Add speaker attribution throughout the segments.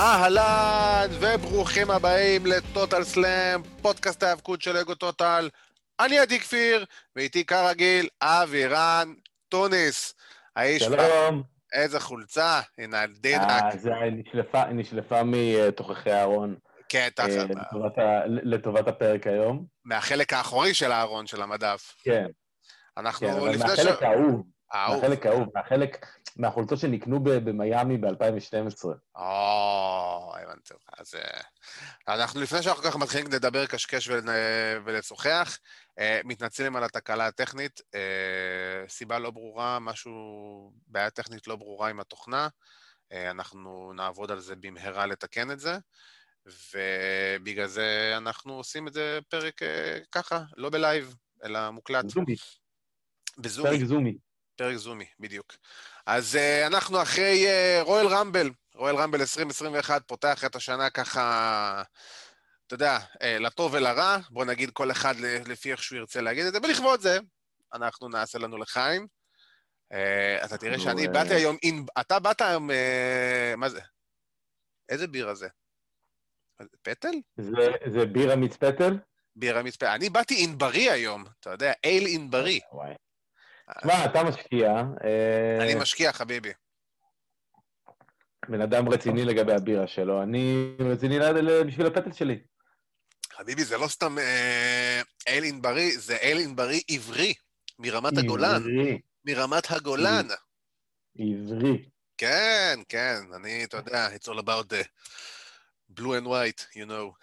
Speaker 1: אהלן וברוכים הבאים לטוטל סלאם, פודקאסט ההיאבקות של אגו טוטל. אני עדי כפיר, ואיתי כרגיל אבירן טוניס. האיש
Speaker 2: שלום.
Speaker 1: איזה חולצה, הנה דינק.
Speaker 2: זה נשלפה מתוככי הארון
Speaker 1: כן, תחת.
Speaker 2: לטובת הפרק היום.
Speaker 1: מהחלק האחורי של הארון של המדף.
Speaker 2: כן, כן,
Speaker 1: אנחנו
Speaker 2: אבל
Speaker 1: לפני
Speaker 2: מהחלק האהוב.
Speaker 1: האהוב.
Speaker 2: מהחולצות שנקנו במיימי ב-2012.
Speaker 1: הבנתי אותך. אז אנחנו לפני שאנחנו ככה מתחילים לדבר קשקש ולשוחח, מתנצלים על התקלה הטכנית, סיבה לא ברורה, בעיה טכנית לא ברורה עם התוכנה, אנחנו נעבוד על זה במהרה לתקן את זה, ובגלל זה אנחנו עושים את זה פרק ככה, לא בלייב, אלא מוקלט.
Speaker 2: זומי.
Speaker 1: בזומי.
Speaker 2: פרק זומי.
Speaker 1: פרק זומי, בדיוק. אז אנחנו אחרי רויאל רמבל, רויאל רמבל 2021 פותח את השנה ככה, אתה יודע, לטוב ולרע, בוא נגיד כל אחד לפי איך שהוא ירצה להגיד את זה, ולכבוד זה, אנחנו נעשה לנו לחיים. אתה תראה שאני באתי היום, אתה באת היום, מה זה? איזה בירה זה? פטל?
Speaker 2: זה בירה מיץ פטל?
Speaker 1: בירה מיץ פטל. אני באתי אינברי היום, אתה יודע, אייל אינברי.
Speaker 2: תשמע, אתה משקיע.
Speaker 1: אני משקיע, חביבי.
Speaker 2: בן אדם רציני לגבי הבירה שלו, אני רציני בשביל הפטל שלי.
Speaker 1: חביבי, זה לא סתם אייל אינברי, זה אייל אינברי עברי, מרמת הגולן. מרמת הגולן.
Speaker 2: עברי.
Speaker 1: כן, כן, אתה יודע, it's all about the blue and white, you know.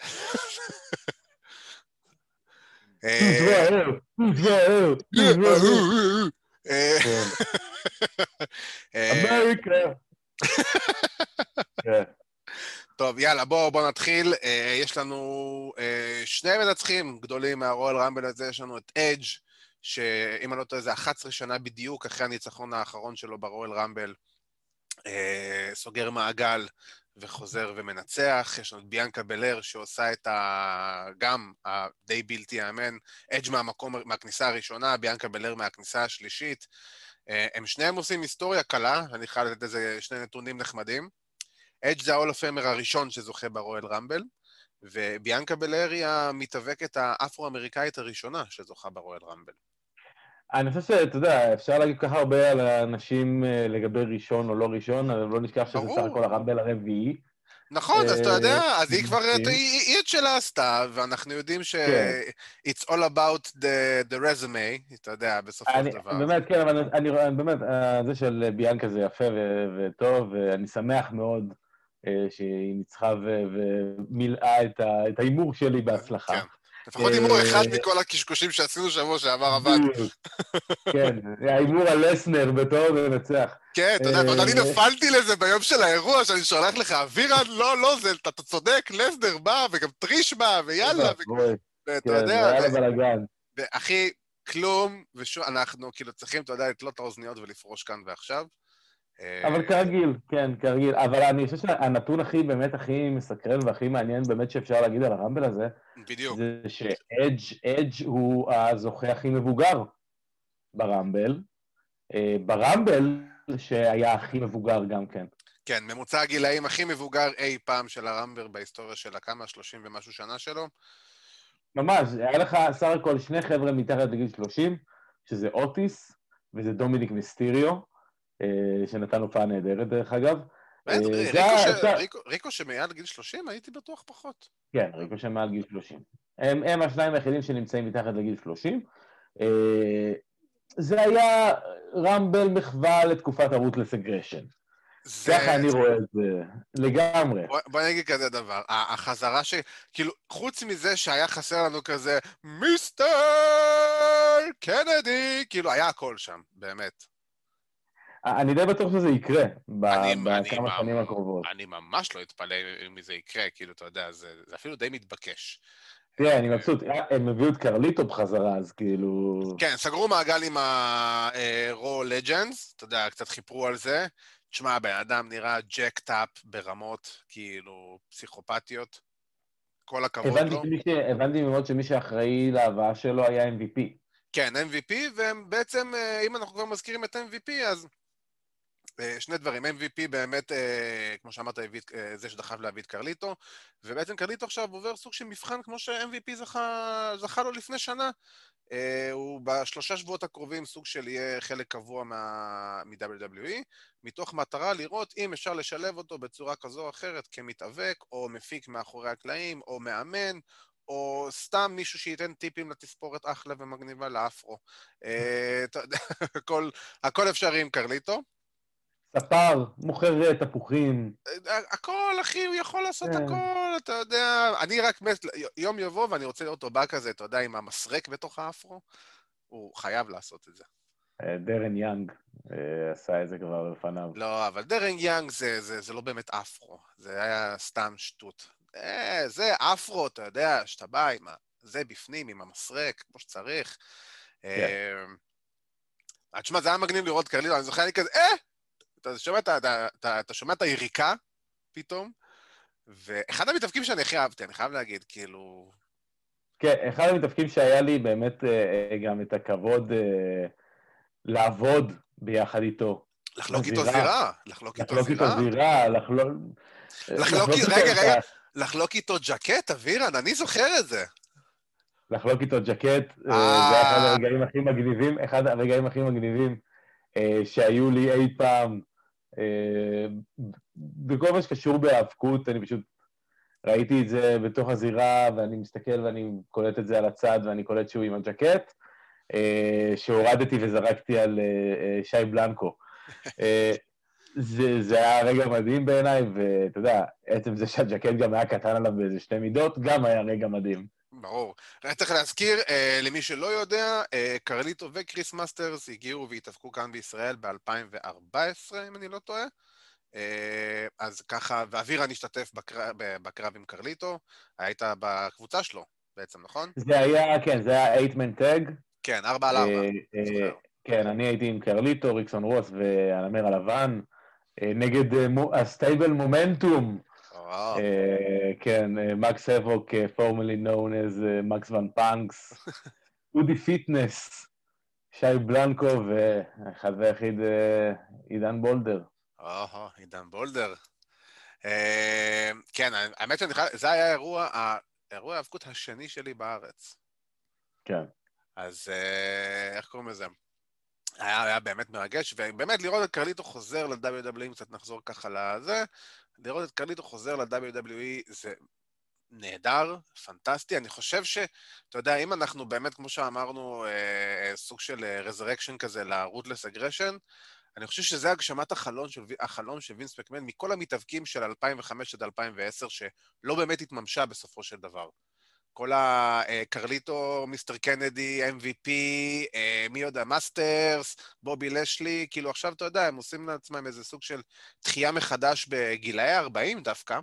Speaker 2: אמריקה.
Speaker 1: טוב, יאללה, בוא נתחיל. יש לנו שני מנצחים גדולים מהרויאל רמבל הזה, יש לנו את אדג' שאם אני לא טועה זה 11 שנה בדיוק אחרי הניצחון האחרון שלו ברויאל רמבל, סוגר מעגל וחוזר ומנצח. יש לנו את ביאנקה בלר שעושה את גם הדי בלתי יאמן, אדג' מהכניסה הראשונה, ביאנקה בלר מהכניסה השלישית. הם שניהם עושים היסטוריה קלה, אני חייב לתת איזה שני נתונים נחמדים. אדג' זה ההול אוף פיימר הראשון שזוכה ברויאל רמבל, וביאנקה בלר היא המתאבקת האפרו-אמריקאית הראשונה שזוכה ברויאל רמבל. אני
Speaker 2: חושב שאתה יודע, אפשר להגיד ככה הרבה על האנשים לגבי ראשון או לא ראשון, אבל לא נשכח שזה סך הכל הרמבל הרביעי.
Speaker 1: נכון, אז אתה יודע, אז היא כבר, היא את שלה עשתה, ואנחנו יודעים it's all about the resume, אתה יודע, בסופו של דבר.
Speaker 2: באמת, כן, אבל אני באמת, זה של ביאנקה זה יפה וטוב, ואני שמח מאוד שהיא ניצחה ומילאה את ההימור שלי בהצלחה.
Speaker 1: כן, לפחות הימור אחד מכל הקשקושים שעשינו שבוע שעבר עבד.
Speaker 2: כן, ההימור על לסנר בתור ונצח.
Speaker 1: כן, אתה יודע, אני נפלתי לזה ביום של האירוע, שאני שולח לך, אבירן, לא, אתה צודק, לסנר בא, וגם טריש בא, ויאללה, ואתה יודע,
Speaker 2: יאללה בלגן.
Speaker 1: ואחי, כלום, אנחנו כאילו צריכים, אתה יודע, לתלות את האוזניות ולפרוש כאן ועכשיו.
Speaker 2: אבל כרגיל, כן, כרגיל. אבל אני חושב שהנתון הכי מסקרן והכי מעניין באמת שאפשר להגיד על הרמבל הזה,
Speaker 1: בדיוק.
Speaker 2: זה שאדג' הוא הזוכה הכי מבוגר ברמבל, שהיה הכי מבוגר גם כן.
Speaker 1: כן, ממוצע הגילאים הכי מבוגר אי פעם של הרמבל בהיסטוריה של הכמה, 30 ומשהו שנה שלו.
Speaker 2: ממש, היה לך סך הכל שני חבר'ה מתחת לגיל 30, שזה אוטיס וזה דומיניק מיסטיריו, שנתן הופעה נהדרת דרך אגב.
Speaker 1: ריקו שמעל גיל 30? הייתי בטוח פחות.
Speaker 2: כן, ריקו שמעל גיל 30. הם השניים היחידים שנמצאים מתחת לגיל 30. זה היה רמבל מחווה לתקופת הרוטלס אגרשן. ככה אני רואה את זה לגמרי.
Speaker 1: בוא נגיד כזה דבר, החזרה כאילו, חוץ מזה שהיה חסר לנו כזה, מיסטר קנדי, כאילו, היה הכל שם, באמת.
Speaker 2: אני די בטוח שזה יקרה בכמה שנים הקרובות.
Speaker 1: אני ממש לא אתפלא אם זה יקרה, כאילו, אתה יודע, זה אפילו די מתבקש.
Speaker 2: תראה, אני מבסוט, הם הביאו את קרליטו בחזרה, אז כאילו...
Speaker 1: כן, סגרו מעגל עם ה-Raw Legends, אתה יודע, קצת חיפרו על זה. תשמע, הבן אדם נראה ג'ק-טאפ ברמות, כאילו, פסיכופתיות. כל הכבוד לו.
Speaker 2: הבנתי מאוד שמי שאחראי להבאה שלו היה MVP.
Speaker 1: כן, MVP, והם בעצם, אם אנחנו כבר מזכירים את MVP, אז שני דברים, MVP באמת, כמו שאמרת, זה שדחף להביא את קרליטו, ובעצם קרליטו עכשיו עובר סוג של מבחן כמו ש-MVP זכה לו לפני שנה. הוא בשלושה שבועות הקרובים סוג של יהיה חלק קבוע מ-WWE, מתוך מטרה לראות אם אפשר לשלב אותו בצורה כזו או אחרת כמתאבק, או מפיק מאחורי הקלעים, או מאמן, או סתם מישהו שייתן טיפים לתספורת אחלה ומגניבה לאפרו. אתה יודע, הכל אפשרי עם קרליטו.
Speaker 2: ספר, מוכר תפוחים.
Speaker 1: הכל, אחי, הוא יכול לעשות הכל, אתה יודע. אני רק יום יבוא ואני רוצה לראות אותו בא כזה, אתה יודע, עם המסרק בתוך האפרו, הוא חייב לעשות את זה.
Speaker 2: דרן יאנג עשה את זה כבר לפניו.
Speaker 1: לא, אבל דרן יאנג זה לא באמת אפרו, זה היה סתם שטות. זה אפרו, אתה יודע, שאתה בא עם זה בפנים, עם המסרק, כמו שצריך. תשמע, זה היה מגניב לראות קרליטו, אני זוכר לי כזה, אתה שומע את היריקה פתאום, ואחד המתאבקים שאני הכי אהבתי, אני חייב להגיד, כאילו...
Speaker 2: כן, אחד המתאבקים שהיה לי באמת גם את הכבוד לעבוד ביחד איתו.
Speaker 1: לחלוק איתו זירה. לחלוק איתו ג'קט, אבירן, אני זוכר את זה.
Speaker 2: לחלוק איתו ג'קט, זה אחד הרגעים הכי מגניבים שהיו לי אי פעם. בכל מה שקשור בהאבקות, אני פשוט ראיתי את זה בתוך הזירה, ואני מסתכל ואני קולט את זה על הצד, ואני קולט שהוא עם הג'קט, שהורדתי וזרקתי על שי בלנקו. זה היה רגע מדהים בעיניי, ואתה יודע, עצם זה שהג'קט גם היה קטן עליו באיזה 2 מידות, גם היה רגע מדהים.
Speaker 1: ברור. אני צריך להזכיר, למי שלא יודע, קרליטו וקריס מאסטרס הגיעו והתאבקו כאן בישראל ב-2014, אם אני לא טועה. אז ככה, ואבירן השתתף בקרב עם קרליטו, היית בקבוצה שלו בעצם, נכון?
Speaker 2: זה היה, כן, זה היה 8-man tag.
Speaker 1: כן, 4-4.
Speaker 2: כן, אני הייתי עם קרליטו, ריקסון רוס והנמר הלבן, נגד הסטייבל מומנטום. כן, מקס הבוק, formerly known as מקס ון פאנקס, אודי פיטנס, שי בלנקו, ואחד והיחיד עידן בולדר.
Speaker 1: עידן בולדר. כן, האמת שזה היה האירוע ההאבקות השני שלי בארץ.
Speaker 2: כן.
Speaker 1: אז איך קוראים לזה? היה באמת מרגש, ובאמת לראות את קרליטו חוזר ל-WWE, קצת נחזור ככה לזה, לראות את קרליטו חוזר ל-WWE זה נהדר, פנטסטי. אני חושב אתה יודע, אם אנחנו באמת, כמו שאמרנו, סוג של resurrection כזה ל-rootless aggression, אני חושב שזה הגשמת החלום של וינס מקמן מכל המתאבקים של 2005 עד 2010, שלא באמת התממשה בסופו של דבר. כל הקרליטו, מיסטר קנדי, MVP, מי יודע, מאסטרס, בובי לשלי, כאילו עכשיו אתה יודע, הם עושים לעצמם איזה סוג של תחייה מחדש בגילאי 40 דווקא,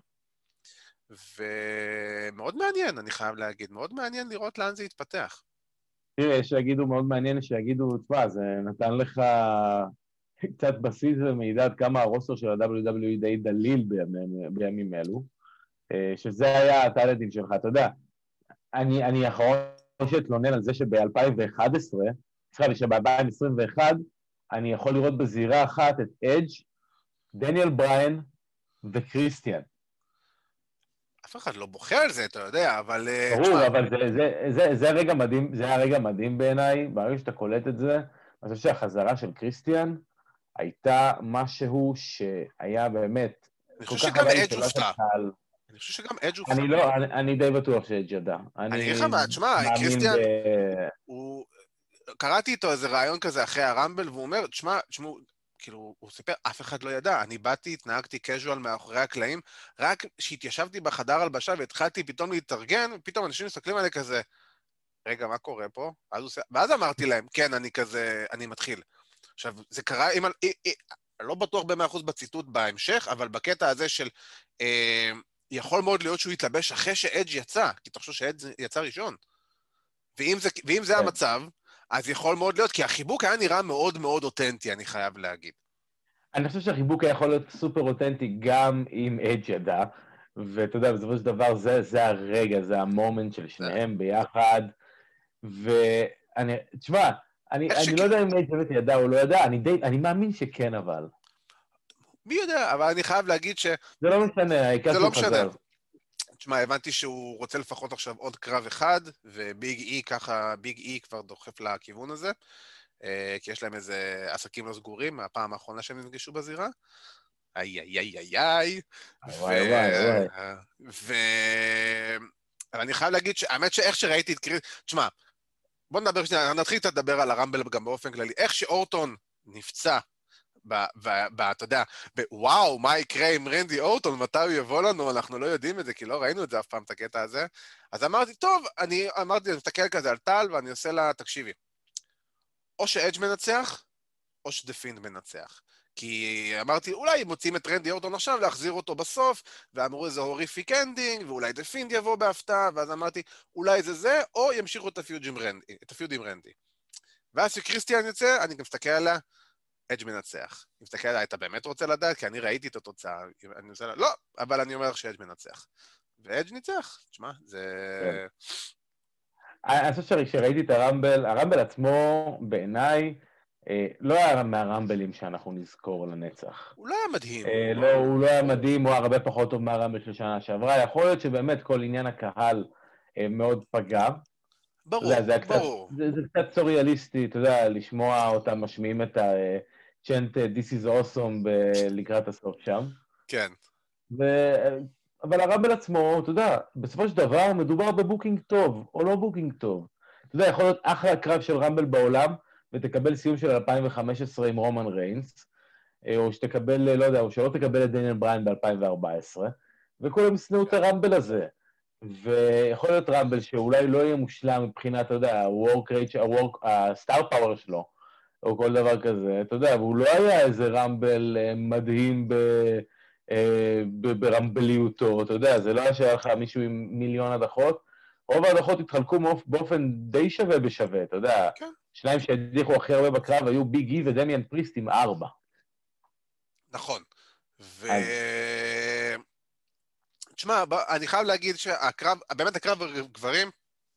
Speaker 1: ומאוד מעניין, אני חייב להגיד, מאוד מעניין לראות לאן זה יתפתח.
Speaker 2: תראה, שיגידו מאוד מעניין, שיגידו, תשמע, זה נתן לך קצת בסיס ומידע עד כמה הרוסטר של ה-WWE די דליל בימים אלו, שזה היה הטלנטים שלך, אתה יודע, אני האחרון שתלונן על זה שב-2011, סליחה, שב-2021, אני יכול לראות בזירה אחת את אדג', דניאל בריין וקריסטיאן.
Speaker 1: אף אחד לא בוחר על זה, אתה יודע, אבל...
Speaker 2: ברור, אבל זה הרגע מדהים בעיניי, ברגע שאתה קולט את זה, אני חושב שהחזרה של קריסטיאן הייתה משהו שהיה באמת...
Speaker 1: אני חושב שגם אדג' הופתע. אני חושב שגם אדג' הופתע.
Speaker 2: אני די בטוח שאדג' ידע.
Speaker 1: אני אגיד לך מה, תשמע, קריסטיאן, קראתי איתו איזה רעיון כזה אחרי הרמבל, והוא אומר, תשמעו, כאילו, הוא סיפר, אף אחד לא ידע, אני באתי, התנהגתי קז'ואל מאחורי הקלעים, רק שהתיישבתי בחדר הלבשה והתחלתי פתאום להתארגן, פתאום אנשים מסתכלים עליי כזה, רגע, מה קורה פה? ואז אמרתי להם, כן, אני מתחיל. עכשיו, זה קרה, לא בטוח ב100% בציטוט בהמשך, אבל בקטע הזה של, יכול מאוד להיות שהוא יתלבש אחרי שאדג' יצא, כי תחשוב שאדג' יצא ראשון. ואם זה המצב, אז יכול מאוד להיות, כי החיבוק היה נראה מאוד מאוד אותנטי, אני חייב להגיד.
Speaker 2: אני חושב שהחיבוק היה יכול להיות סופר אותנטי גם אם אדג' ידע, ואתה יודע, בסופו של דבר זה הרגע, זה המומנט של שניהם ביחד, תשמע, אני לא יודע אם אדג' באמת ידע או לא ידע, אני מאמין שכן אבל.
Speaker 1: מי יודע, אבל אני חייב להגיד שזה
Speaker 2: זה לא משנה, העיקר
Speaker 1: לא
Speaker 2: שהוא
Speaker 1: משנה.
Speaker 2: חזר.
Speaker 1: תשמע, הבנתי שהוא רוצה לפחות עכשיו עוד קרב אחד, וביג אי ככה, ביג אי כבר דוחף לכיוון הזה, כי יש להם איזה עסקים לא סגורים מהפעם האחרונה שהם נפגשו בזירה. איי, איי, איי, איי, איי.
Speaker 2: וואי וואי וואי.
Speaker 1: ו... אבל אני חייב להגיד שהאמת שאיך שראיתי את קריס... תשמע, בוא נדבר שנייה, נתחיל קצת לדבר על הרמבל גם באופן כללי. איך שאורטון נפצע, אתה יודע, וואו, מה יקרה עם רנדי אורטון, מתי הוא יבוא לנו, אנחנו לא יודעים את זה, כי לא ראינו את זה אף פעם, את הקטע הזה. אז אמרתי, טוב, אני מסתכל כזה על טל, ואני עושה לה, תקשיבי, או שאדג' מנצח, או שדפינד מנצח. כי אמרתי, אולי מוצאים את רנדי אורטון עכשיו, להחזיר אותו בסוף, ואמרו איזה הוריפיק אנדינג, ואולי דפינד יבוא בהפתעה, ואז אמרתי, אולי זה, או ימשיכו את הפיוד עם רנדי. ואז כשקריסטיאן יוצא, אני גם מסתכל עליה, אדג' מנצח. אני מסתכל עליה, אתה באמת רוצה לדעת? כי אני ראיתי את התוצאה. אני עושה לה, לא, אבל אני אומר שאדג' מנצח. ואדג' ניצח, תשמע, זה...
Speaker 2: כן. אני חושב שראיתי את הרמבל, הרמבל עצמו בעיניי לא היה מהרמבלים שאנחנו נזכור לנצח.
Speaker 1: הוא לא היה מדהים.
Speaker 2: לא, הוא לא היה מדהים, הוא היה הרבה פחות טוב מהרמבל של שנה שעברה. יכול להיות שבאמת כל עניין הקהל מאוד פגע.
Speaker 1: ברור,
Speaker 2: זה
Speaker 1: ברור.
Speaker 2: זה קצת סוריאליסטי, אתה יודע, לשמוע אותם משמיעים את הצ'נט This is awesome לקראת הסוף שם.
Speaker 1: כן.
Speaker 2: ו... אבל הרמבל עצמו, אתה יודע, בסופו של דבר מדובר בבוקינג טוב, או לא בוקינג טוב. אתה יודע, יכול להיות אחלה קרב של רמבל בעולם, ותקבל סיום של 2015 עם רומן ריינס, או שתקבל, לא יודע, או שלא תקבל את דניאל בריין ב-2014, וכולם ישנאו את הרמבל הזה. ויכול להיות רמבל שאולי לא יהיה מושלם מבחינת, אתה יודע, הסטאר פאוור שלו, או כל דבר כזה, אתה יודע, והוא לא היה איזה רמבל מדהים ברמבליותו, אתה יודע, זה לא היה שהיה לך מישהו עם מיליון הדחות, רוב ההדחות התחלקו באופן די שווה בשווה, אתה יודע,
Speaker 1: כן.
Speaker 2: שניים שהדיחו הכי הרבה בקרב היו ביג אי ודמיאן פריסט עם 4.
Speaker 1: נכון.
Speaker 2: אז...
Speaker 1: תשמע, אני חייב להגיד שהקרב, באמת הקרב גברים,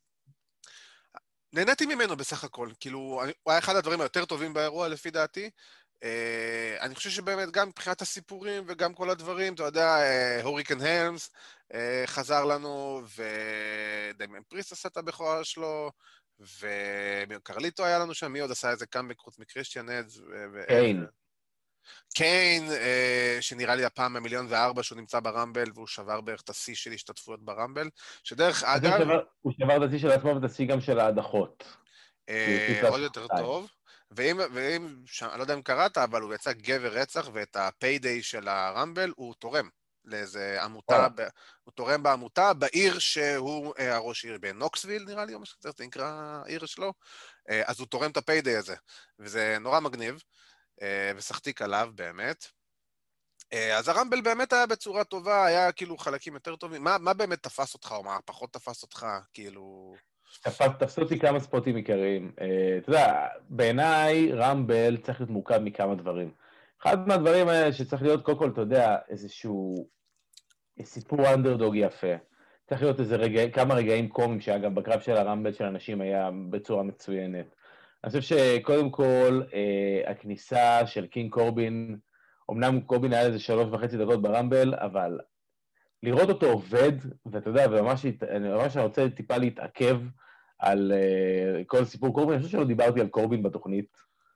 Speaker 1: נהניתי ממנו בסך הכל, כאילו, הוא היה אחד הדברים היותר טובים באירוע לפי דעתי. אני חושב שבאמת גם מבחינת הסיפורים וגם כל הדברים, אתה יודע, הוריקן הלמס חזר לנו, ודמיאן פריסט עשה את הבכורה שלו, וקרליטו היה לנו שם, מי עוד עשה איזה קאמבק חוץ מקריסטיאן אדס?
Speaker 2: קיין.
Speaker 1: קיין, שנראה לי הפעם ב1,000,004 שהוא נמצא ברמבל, והוא שבר בערך את השיא של השתתפויות ברמבל, שדרך אגב...
Speaker 2: הוא שבר את השיא של עצמו ואת השיא גם של ההדחות.
Speaker 1: עוד יותר טוב. ואם, אני לא יודע אם קראת, אבל הוא יצא גבר רצח, ואת הפיידיי של הרמבל הוא תורם לאיזה עמותה, הוא תורם בעמותה, בעיר שהוא הראש עיר בנוקסוויל, נראה לי, או משהו כזה, זה נקרא העיר שלו, אז הוא תורם את הפיידיי הזה, וזה נורא מגניב. ושחתיק עליו באמת. אז הרמבל באמת היה בצורה טובה, היה כאילו חלקים יותר טובים. מה באמת תפס אותך, או מה פחות תפס אותך, כאילו...
Speaker 2: תפסו אותי כמה ספוטים עיקריים. אתה יודע, בעיניי רמבל צריך להיות מורכב מכמה דברים. אחד מהדברים האלה שצריך להיות, קודם כל, אתה יודע, איזשהו סיפור אנדרדוג יפה. צריך להיות כמה רגעים קומיים, שאגב, בקרב של הרמבל של אנשים היה בצורה מצוינת. אני חושב שקודם כל, הכניסה של קינג קורבין, אמנם קורבין היה איזה 3.5 דקות ברמבל, אבל לראות אותו עובד, ואתה יודע, וממש אני רוצה טיפה להתעכב על כל סיפור קורבין, אני חושב שלא דיברתי על קורבין בתוכנית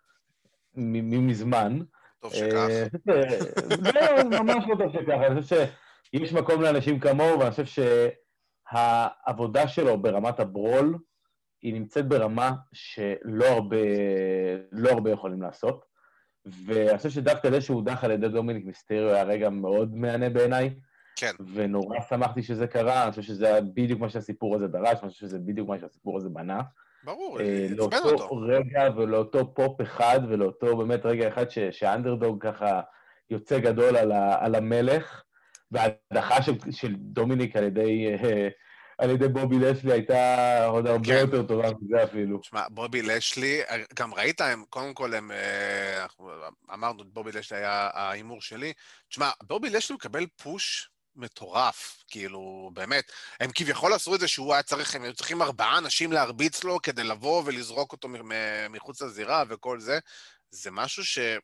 Speaker 2: מזמן.
Speaker 1: טוב שכך.
Speaker 2: לא, ממש לא טוב שכך, אני חושב שיש מקום לאנשים כמוהו, ואני חושב שהעבודה שלו ברמת הברול, היא נמצאת ברמה שלא הרבה יכולים לעשות, ואני חושב שדווקא זה שהוא הודח על ידי דומיניק מיסטריו היה רגע מאוד מענה בעיניי,
Speaker 1: כן.
Speaker 2: ונורא שמחתי שזה קרה, אני חושב שזה בדיוק מה שהסיפור הזה דרש, אני חושב שזה בדיוק מה שהסיפור הזה בנה.
Speaker 1: ברור, עצבן אותו.
Speaker 2: לאותו רגע ולאותו פופ אחד, ולאותו באמת רגע אחד שהאנדרדוג ככה יוצא גדול על המלך, וההדחה של דומיניק על ידי בובי לשלי הייתה עוד הרבה יותר טובה מזה אפילו.
Speaker 1: תשמע, בובי לשלי, גם ראית, קודם כל אמרנו, בובי לשלי היה האימור שלי. תשמע, בובי לשלי מקבל פוש מטורף, כאילו, באמת. הם כביכול עשו את זה שהוא היה צריך, הם היו צריכים 4 אנשים להרביץ לו כדי לבוא ולזרוק אותו מחוץ לזירה וכל זה. זה משהו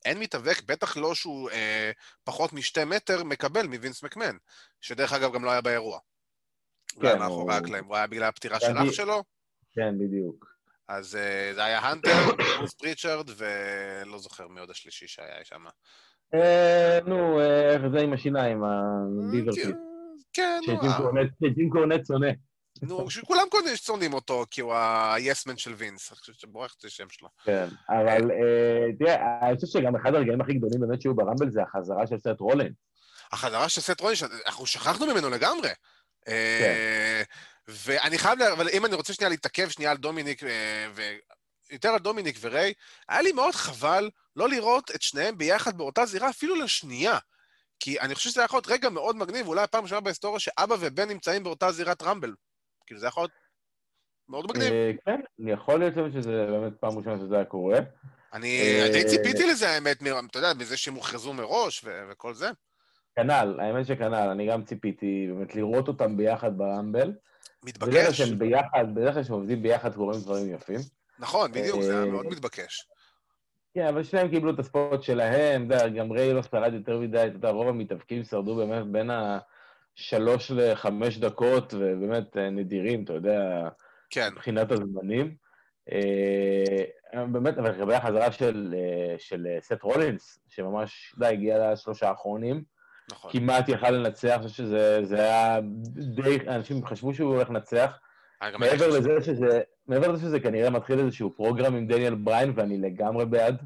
Speaker 1: אין מתאבק, בטח לא שהוא פחות מ2 מטר, מקבל מווינס מקמן, שדרך אגב גם לא היה באירוע. הוא היה
Speaker 2: כן,
Speaker 1: מאחורי
Speaker 2: הוא...
Speaker 1: הקלעים, הוא היה בגלל הפטירה של אח שלו,
Speaker 2: כן, בדיוק.
Speaker 1: אז זה היה הנטר, ברוס פריצ'רד, ולא זוכר מי עוד השלישי שהיה שם.
Speaker 2: נו, איך זה עם השיניים, הביבר טיפ.
Speaker 1: כן, נו,
Speaker 2: שג'ים קורנט שונא.
Speaker 1: נו, שכולם קודם שונאים אותו, כי הוא היסמן של וינס, אני חושב שבורח את השם שלו.
Speaker 2: כן, אבל תראה, אני חושב שגם אחד הרגעים הכי גדולים באמת שהיו ברמבל זה החזרה של סט רולינס.
Speaker 1: החזרה של סט רולינס, אנחנו שכחנו ממנו לגמרי.
Speaker 2: כן.
Speaker 1: ואני חייב, אבל אם אני רוצה שנייה להתעכב שנייה על דומיניק, יותר על דומיניק וריי, היה לי מאוד חבל לא לראות את שניהם ביחד באותה זירה, אפילו לשנייה. כי אני חושב שזה יכול להיות רגע מאוד מגניב, ואולי הפעם ראשונה בהיסטוריה שאבא ובן נמצאים באותה זירת רמבל. כאילו זה יכול להיות מאוד מגניב.
Speaker 2: כן, אני יכול להיות שזה באמת פעם ראשונה שזה היה קורה.
Speaker 1: אני די ציפיתי לזה, האמת, אתה יודע, בזה שהם הוכרזו מראש וכל זה.
Speaker 2: כנ"ל, האמת שכנ"ל, אני גם ציפיתי באמת לראות אותם ביחד ברמבל.
Speaker 1: מתבקש.
Speaker 2: בדרך כלל שהם ביחד, בדרך כלל שהם עובדים ביחד קוראים דברים יפים.
Speaker 1: נכון, בדיוק, זה היה מאוד מתבקש.
Speaker 2: כן, אבל שניהם קיבלו את הספוט שלהם, גם ריי לא שרד יותר מדי, רוב המתאבקים שרדו באמת בין 3 ל-5 דקות, ובאמת נדירים, אתה יודע, מבחינת הזמנים. באמת, אבל לגבי החזרה של סט רולינס, שממש הגיע לשלושה האחרונים, כמעט יכל לנצח, אני חושב שזה היה די, אנשים חשבו שהוא הולך לנצח, מעבר לזה שזה כנראה מתחיל איזשהו פרוגרם עם דניאל בריין, ואני לגמרי בעד.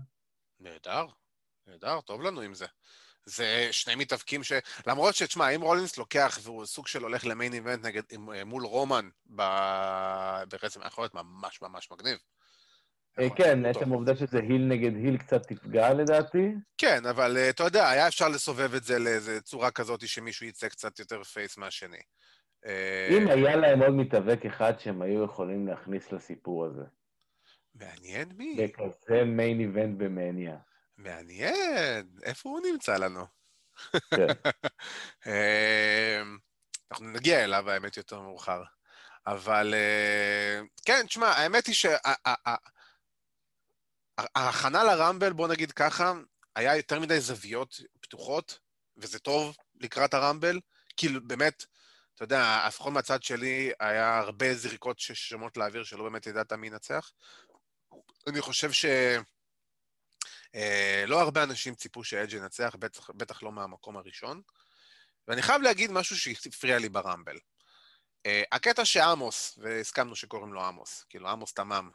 Speaker 1: נהדר, טוב לנו עם זה. זה שני מתאבקים למרות שתשמע, אם רולינס לוקח והוא סוג של הולך למיין איבנט מול רומן ברצם, יכול להיות ממש ממש מגניב.
Speaker 2: כן, עצם העובדה שזה היל נגד היל קצת תפגע לדעתי.
Speaker 1: כן, אבל אתה יודע, היה אפשר לסובב את זה לאיזו צורה כזאת שמישהו יצא קצת יותר פייס מהשני.
Speaker 2: אם היה להם עוד מתאבק אחד שהם היו יכולים להכניס לסיפור הזה.
Speaker 1: מעניין מי?
Speaker 2: בכזה מיין איבנט במניה.
Speaker 1: מעניין, איפה הוא נמצא לנו?
Speaker 2: כן.
Speaker 1: אנחנו נגיע אליו, האמת, יותר מאוחר. אבל כן, תשמע, האמת היא שההכנה לרמבל, בוא נגיד ככה, היה יותר מדי זוויות פתוחות, וזה טוב לקראת הרמבל, כאילו באמת, אתה יודע, לפחות מהצד שלי היה הרבה זריקות ששמות לאוויר שלא באמת ידעת מי ינצח. אני חושב לא הרבה אנשים ציפו שאדג' ינצח, בטח לא מהמקום הראשון. ואני חייב להגיד משהו שהפריע לי ברמבל. הקטע שעמוס, והסכמנו שקוראים לו עמוס, כאילו עמוס תמם,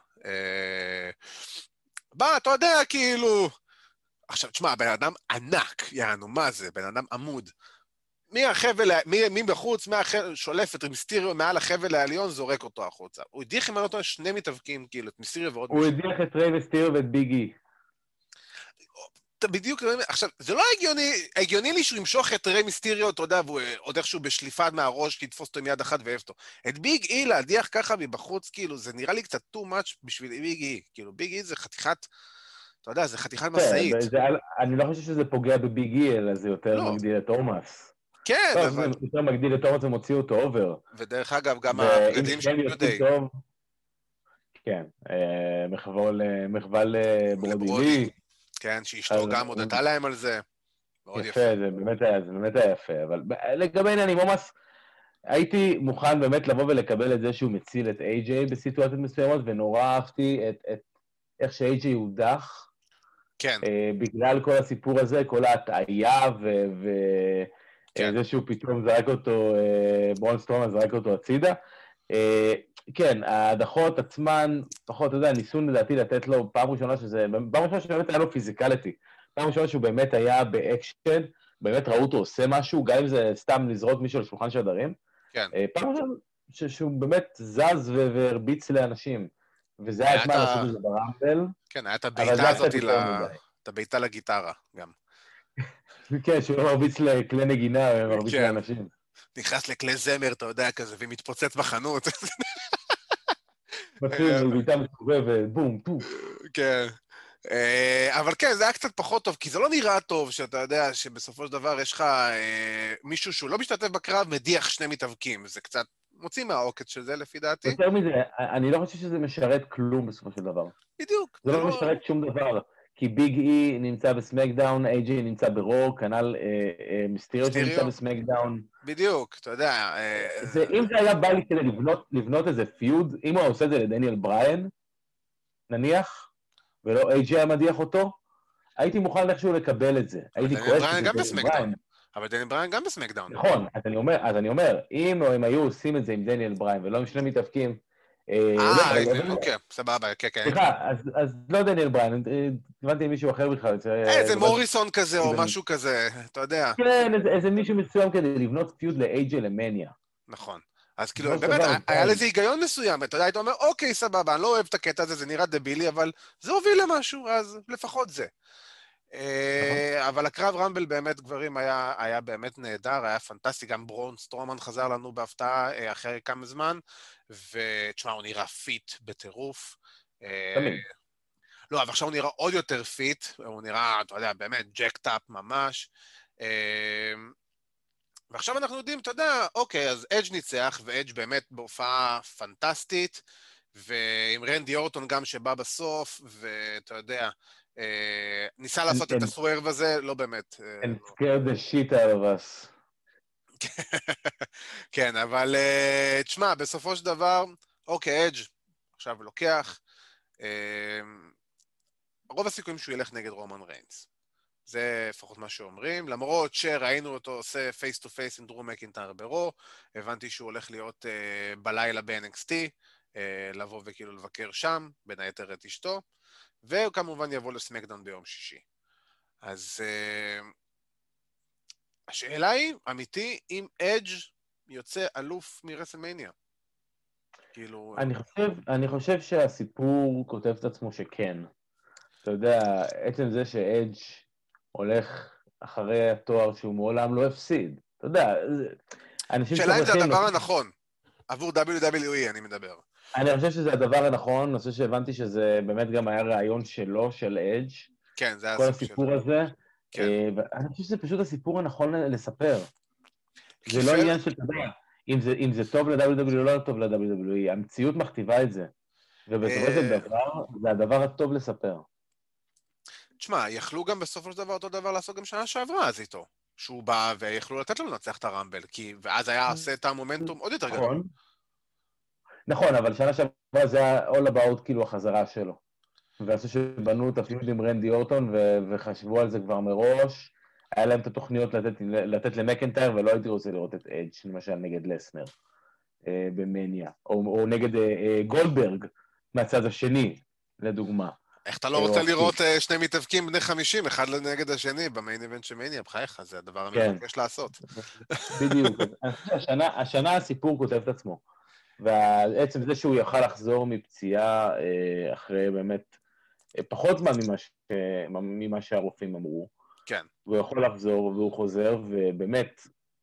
Speaker 1: אתה יודע, כאילו... עכשיו, תשמע, בן אדם ענק, יענו, מה זה? בן אדם עמוד. מי בחוץ, שולף את מיסטריו מעל החבל העליון, זורק אותו החוצה. הוא הדיח עם אותו שני מתאבקים, כאילו, את מיסטריו ועוד
Speaker 2: מישהו. הוא הדיח את ריי מיסטריו ואת ביגי.
Speaker 1: בדיוק, עכשיו, זה לא הגיוני לי שהוא ימשוך את ריי מיסטריו, אתה יודע, והוא עוד איכשהו בשליפה מהראש, תתפוס אותו עם יד אחת ואהב אותו. את ביג אי להדיח ככה מבחוץ, כאילו, זה נראה לי קצת too much בשביל ביג אי. כאילו, ביג אי זה חתיכת, אתה יודע, זה חתיכת מסעית.
Speaker 2: אני לא חושב שזה פוגע בביג אי, אלא זה יותר מגדיל את תומאס.
Speaker 1: כן,
Speaker 2: אבל... זה יותר מגדיל את תומאס ומוציא אותו אובר.
Speaker 1: ודרך אגב, גם הבגדים של יודעי.
Speaker 2: כן, מחווה לברודי.
Speaker 1: כן, שאשתו גם הודתה להם על זה.
Speaker 2: יפה, זה באמת היה יפה, אבל לגבי עניינים, ממש הייתי מוכן באמת לבוא ולקבל את זה שהוא מציל את איי-ג'יי בסיטואציות מסוימות, ונורא אהבתי את איך שאיי-ג'יי הודח.
Speaker 1: כן.
Speaker 2: בגלל כל הסיפור הזה, כל ההטעיה וזה שהוא פתאום זרק אותו, ברון סטרומן זרק אותו הצידה. כן, ההדחות עצמן, פחות, אתה יודע, ניסו לדעתי לתת לו פעם ראשונה שבאמת היה לו פיזיקליטי. פעם ראשונה שהוא באמת היה באקשן, באמת ראו אותו עושה משהו, גם אם זה סתם לזרוק מישהו על שולחן שדרים.
Speaker 1: כן.
Speaker 2: פעם ראשונה שהוא באמת זז והרביץ לאנשים. וזה היה הזמן לעשות את זה ברמבל.
Speaker 1: כן, היה את הבעיטה הזאת, את הבעיטה לגיטרה גם.
Speaker 2: כן, שהוא מרביץ לכלי נגינה, הוא מרביץ לאנשים.
Speaker 1: נכנס לכלי זמר, אתה יודע, כזה, ומתפוצץ בחנות.
Speaker 2: מתחיל, בעיטה מסובבת, בום, טוף.
Speaker 1: כן. אבל כן, זה היה קצת פחות טוב, כי זה לא נראה טוב שאתה יודע שבסופו של דבר יש לך מישהו שהוא לא משתתף בקרב, מדיח שני מתאבקים. זה קצת מוציא מהעוקץ של זה, לפי דעתי.
Speaker 2: יותר מזה, אני לא חושב שזה משרת כלום בסופו של דבר.
Speaker 1: בדיוק.
Speaker 2: זה לא משרת שום דבר. כי ביג אי נמצא בסמקדאון, איי-ג'יי נמצא ברור, כנ"ל מיסטריו שנמצא
Speaker 1: מיסטריו?
Speaker 2: בסמקדאון.
Speaker 1: בדיוק, אתה יודע.
Speaker 2: אם זה היה בא לי כדי לבנות איזה פיוד, אם הוא עושה את זה לדניאל בריין, נניח, ולא איי-ג'יי היה מדיח אותו, הייתי מוכן איכשהו לקבל את זה. הייתי
Speaker 1: דניאל
Speaker 2: כועס
Speaker 1: בריין
Speaker 2: שזה
Speaker 1: גם
Speaker 2: דניאל
Speaker 1: בסמקדאון.
Speaker 2: בריין.
Speaker 1: אבל דניאל בריין גם בסמקדאון.
Speaker 2: נכון, אז אני אומר, אם הם היו עושים את זה עם דניאל בריין, ולא עם שני מתאבקים, לא, אבל
Speaker 1: אוקיי, סבבה, כן, כן.
Speaker 2: סליחה, אז לא דניאל בריין, הבנתי מישהו אחר בכלל.
Speaker 1: איזה מוריסון כזה, או משהו כזה, אתה יודע.
Speaker 2: כן, איזה מישהו מסוים כדי לבנות פיוד לאייג'י למניה.
Speaker 1: נכון. אז כאילו,
Speaker 2: בסופו של
Speaker 1: באמת,
Speaker 2: דבר,
Speaker 1: היה לזה היגיון מסוים, אתה יודע, היית אומר, אוקיי, סבבה, אני לא אוהב את הקטע הזה, זה נראה דבילי, אבל זה הוביל למשהו, אז לפחות זה.
Speaker 2: נכון.
Speaker 1: אבל הקרב רמבל באמת, גברים, היה באמת נהדר, היה פנטסטי, גם ברון סטרומן חזר לנו בהפתעה אחרי כמה זמן, ותשמע, הוא נראה פיט בטירוף.
Speaker 2: תמיד.
Speaker 1: לא, אבל עכשיו הוא נראה עוד יותר פיט, הוא נראה, אתה יודע, באמת ג'קט-אפ ממש. ועכשיו אנחנו יודעים, אתה יודע, אוקיי, אז אדג' ניצח, ואדג' באמת בהופעה פנטסטית, ועם רנדי אורטון גם שבא בסוף, ואתה יודע, ניסה לעשות את הסוורב הזה, לא באמת.
Speaker 2: And scared the shit out of us.
Speaker 1: כן, אבל תשמע, בסופו של דבר, אוקיי, אדג' עכשיו לוקח, רוב הסיכויים שהוא ילך נגד רומן ריינס. זה לפחות מה שאומרים, למרות שראינו אותו עושה פייס טו פייס עם דרו מקינטייר ברו, הבנתי שהוא הולך להיות בלילה ב-NXT, לבוא וכאילו לבקר שם, בין היתר את אשתו, והוא כמובן יבוא לסמקדאון ביום שישי. אז השאלה היא, אמיתי, אם אדג' יוצא אלוף מרסלמניה. כאילו...
Speaker 2: אני חושב שהסיפור כותב את עצמו שכן. אתה יודע, עצם זה שאדג' הולך אחרי התואר שהוא מעולם לא הפסיד. אתה יודע, אנשים
Speaker 1: שאלה אם זה
Speaker 2: שוכחים...
Speaker 1: הדבר הנכון. עבור WWE אני מדבר.
Speaker 2: אני חושב שזה הדבר הנכון, אני חושב שהבנתי שזה באמת גם היה רעיון שלו, של אדג'.
Speaker 1: כן, זה היה
Speaker 2: כל
Speaker 1: סוג
Speaker 2: הסיפור
Speaker 1: של...
Speaker 2: הזה.
Speaker 1: כן.
Speaker 2: ואני חושב שזה פשוט הסיפור הנכון לספר. זה לא
Speaker 1: כיפר...
Speaker 2: עניין של, אתה יודע, אם זה טוב ל-WWE או לא טוב ל-WWE, המציאות מכתיבה את זה. ובסופו של דבר, זה הדבר הטוב לספר.
Speaker 1: תשמע, יכלו גם בסופו של דבר אותו דבר לעשות גם שנה שעברה אז איתו. שהוא בא ויכלו לתת לו לנצח את הרמבל, ואז היה עושה את המומנטום עוד יותר גדול.
Speaker 2: נכון, אבל שנה שעברה זה היה all about כאילו החזרה שלו. ועשו שבנו את הפיוד עם רנדי אורטון וחשבו על זה כבר מראש. היה להם את התוכניות לתת למקנטייר, ולא הייתי רוצה לראות את אדג' למשל נגד לסנר במניה, או נגד גולדברג מהצד השני, לדוגמה.
Speaker 1: איך אתה לא רוצה לראות שני מתאבקים בני 50, אחד נגד השני, במיין איבנט של מניה, בחייך, זה הדבר המתבקש לעשות.
Speaker 2: בדיוק. השנה הסיפור כותב את עצמו. ועצם זה שהוא יוכל לחזור מפציעה אחרי באמת פחות זמן ממה שהרופאים אמרו.
Speaker 1: כן.
Speaker 2: והוא יכול לחזור, והוא חוזר, ובאמת,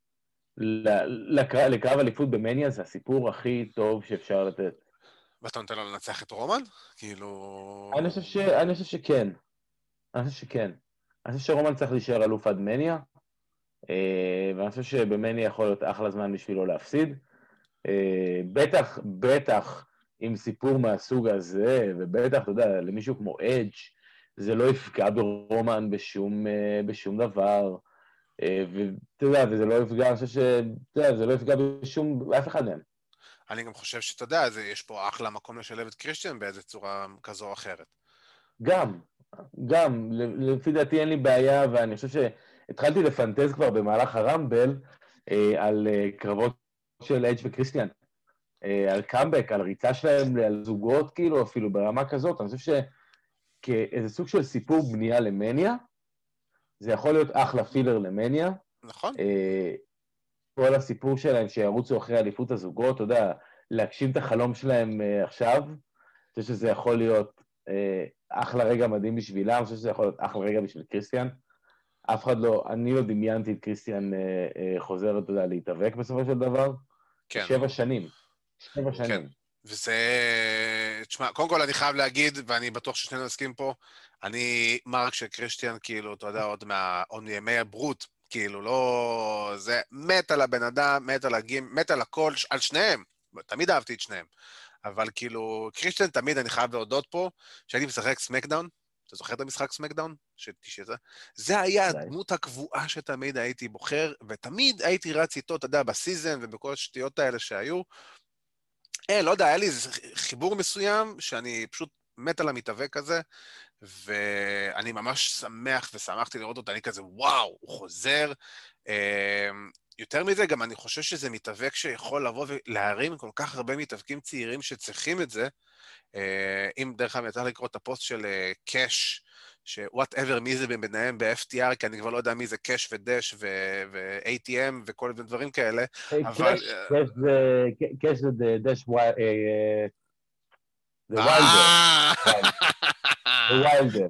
Speaker 2: לקרב אליפות במניה זה הסיפור הכי טוב שאפשר לתת.
Speaker 1: ואתה נותן לו לנצח את רומן? כאילו...
Speaker 2: אני חושב שכן. אני חושב שרומן צריך להישאר אלוף עד מניה, ואני חושב שבמניה יכול להיות אחלה זמן בשבילו להפסיד. בטח עם סיפור מהסוג הזה, ובטח, אתה יודע, למישהו כמו אדג' זה לא יפגע ברומן בשום דבר, ואתה יודע, וזה לא יפגע, אני חושב שזה לא יפגע באף אחד מהם.
Speaker 1: אני גם חושב שאתה יודע, יש פה אחלה מקום לשלב את קריסטיאן באיזה צורה כזו או אחרת.
Speaker 2: גם, לפי דעתי אין לי בעיה, ואני חושב שהתחלתי לפנטז כבר במהלך הרמבל על קרבות של אדג' וקריסטיאן, על קאמבק, על ריצה שלהם, על זוגות כאילו, אפילו ברמה כזאת. אני חושב שכאיזה סוג של סיפור בנייה למניה, זה יכול להיות אחלה פילר למניה.
Speaker 1: נכון.
Speaker 2: כל הסיפור שלהם שירוצו אחרי אליפות הזוגות, אתה יודע, להגשים את החלום שלהם עכשיו, אני חושב שזה יכול להיות אחלה רגע מדהים בשבילם, אני חושב שזה יכול להיות אחלה רגע בשביל קריסטיאן. אף אחד לא, אני לא דמיינתי את קריסטיאן חוזר, אתה יודע, להתאבק בסופו של דבר.
Speaker 1: כן.
Speaker 2: 7 שנים.
Speaker 1: כן. וזה... תשמע, קודם כל אני חייב להגיד, ואני בטוח ששנינו נסכים פה, אני מרק של קריסטיאן, כאילו, אתה יודע, עוד מימי הברוט, כאילו, לא... זה מת על הבן אדם, מת על הגים, מת על הכל, על שניהם. תמיד אהבתי את שניהם. אבל כאילו, קריסטיאן תמיד, אני חייב להודות פה, שהייתי משחק סמקדאון, אתה זוכר את המשחק סמקדאון? זה היה הדמות הקבועה שתמיד הייתי בוחר, ותמיד הייתי רץ איתו, אתה יודע, בסיזן ובכל השטויות האלה שהיו. לא יודע, היה לי איזה חיבור מסוים שאני פשוט מת על המתאבק הזה, ואני ממש שמח ושמחתי לראות אותו, אני כזה, וואו, הוא חוזר. יותר מזה, גם אני חושב שזה מתאבק שיכול לבוא ולהרים כל כך הרבה מתאבקים צעירים שצריכים את זה. אם דרך אגב יצא לקרוא את הפוסט של קאש, ש-whatever מי זה ביניהם ב-FTR, כי אני כבר לא יודע מי זה קאש ודש ו-ATM וכל דברים כאלה, אבל...
Speaker 2: קאש זה דש זה ווילדר. זה ווילדר.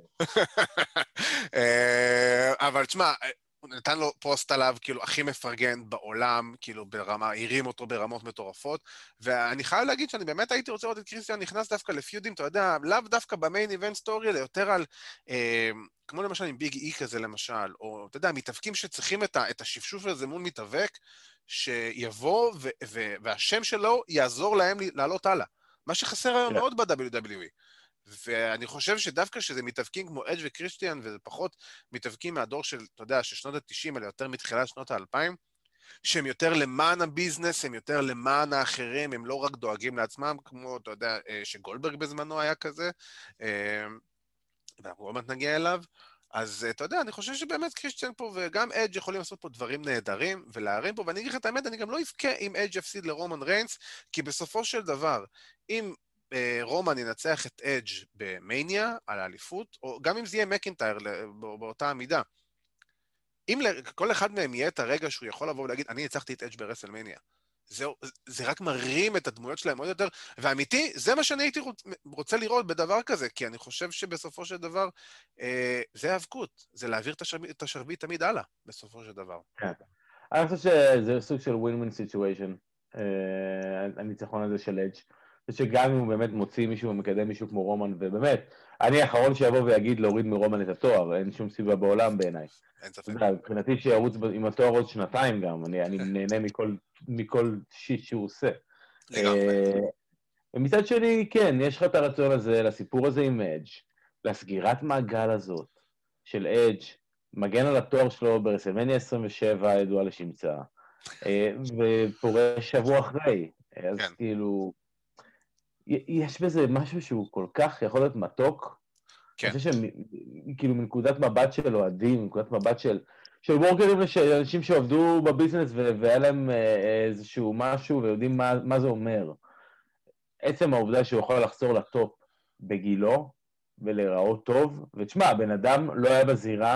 Speaker 1: אבל תשמע, הוא נתן לו פוסט עליו, כאילו, הכי מפרגן בעולם, כאילו, הרים אותו ברמות מטורפות, ואני חייב להגיד שאני באמת הייתי רוצה לראות את קריסטיאן נכנס דווקא לפיודים, אתה יודע, לאו דווקא במיין איבנט סטורי, אלא יותר על, כמו למשל עם ביג אי כזה למשל, או, אתה יודע, מתאבקים שצריכים את השפשוף הזה מול מתאבק, שיבוא והשם שלו יעזור להם לעלות הלאה. מה שחסר היום מאוד ב-WWE. ואני חושב שדווקא שזה מתאבקים כמו אדג' וקריסטיאן, וזה פחות מתאבקים מהדור של, אתה יודע, של שנות ה-90, אלא יותר מתחילת שנות ה-2000, שהם יותר למען הביזנס, הם יותר למען האחרים, הם לא רק דואגים לעצמם, כמו, אתה יודע, שגולדברג בזמנו היה כזה, ואנחנו עוד מעט נגיע אליו, אז אתה יודע, אני חושב שבאמת קריסטיאן פה וגם אדג' יכולים לעשות פה דברים נהדרים ולהרים פה, ואני אגיד לך את האמת, אני גם לא אבכה אם אדג' יפסיד לרומן ריינס, כי בסופו של דבר, אם רומן ינצח את אדג' במניה על האליפות, או גם אם זה יהיה מקינטייר באותה עמידה, אם לכל אחד מהם יהיה את הרגע שהוא יכול לבוא ולהגיד, אני ניצחתי את אדג' ברסלמניה, זה רק מרים את הדמויות שלהם עוד יותר, ואמיתי, זה מה שאני הייתי רוצה לראות בדבר כזה, כי אני חושב שבסופו של דבר, זה האבקות, זה להעביר את השרביט תמיד הלאה, בסופו של דבר.
Speaker 2: כן. אני חושב שזה סוג של win-win situation, הניצחון הזה של אדג'. שגם אם הוא באמת מוציא מישהו ומקדם מישהו כמו רומן, ובאמת, אני האחרון שיבוא ויגיד להוריד מרומן את התואר, אין שום סיבה בעולם בעיניי.
Speaker 1: אין ספק.
Speaker 2: מבחינתי שירוץ עם התואר עוד שנתיים גם, אני נהנה מכל שיט שהוא עושה.
Speaker 1: לגמרי.
Speaker 2: ומצד שני, כן, יש לך את הרצון הזה, לסיפור הזה עם אדג', לסגירת מעגל הזאת של אדג', מגן על התואר שלו ברסלמניה 27, ידוע לשמצה, ופורש שבוע אחרי. אז כאילו... יש בזה משהו שהוא כל כך יכול להיות מתוק. כן. אני חושב שכאילו מנקודת מבט של אוהדים, מנקודת מבט של וורקרים, אנשים שעובדו בביזנס והיה להם איזשהו משהו ויודעים מה זה אומר. עצם העובדה שהוא יכול לחזור לטופ בגילו ולהיראות טוב, ותשמע, הבן אדם לא היה בזירה,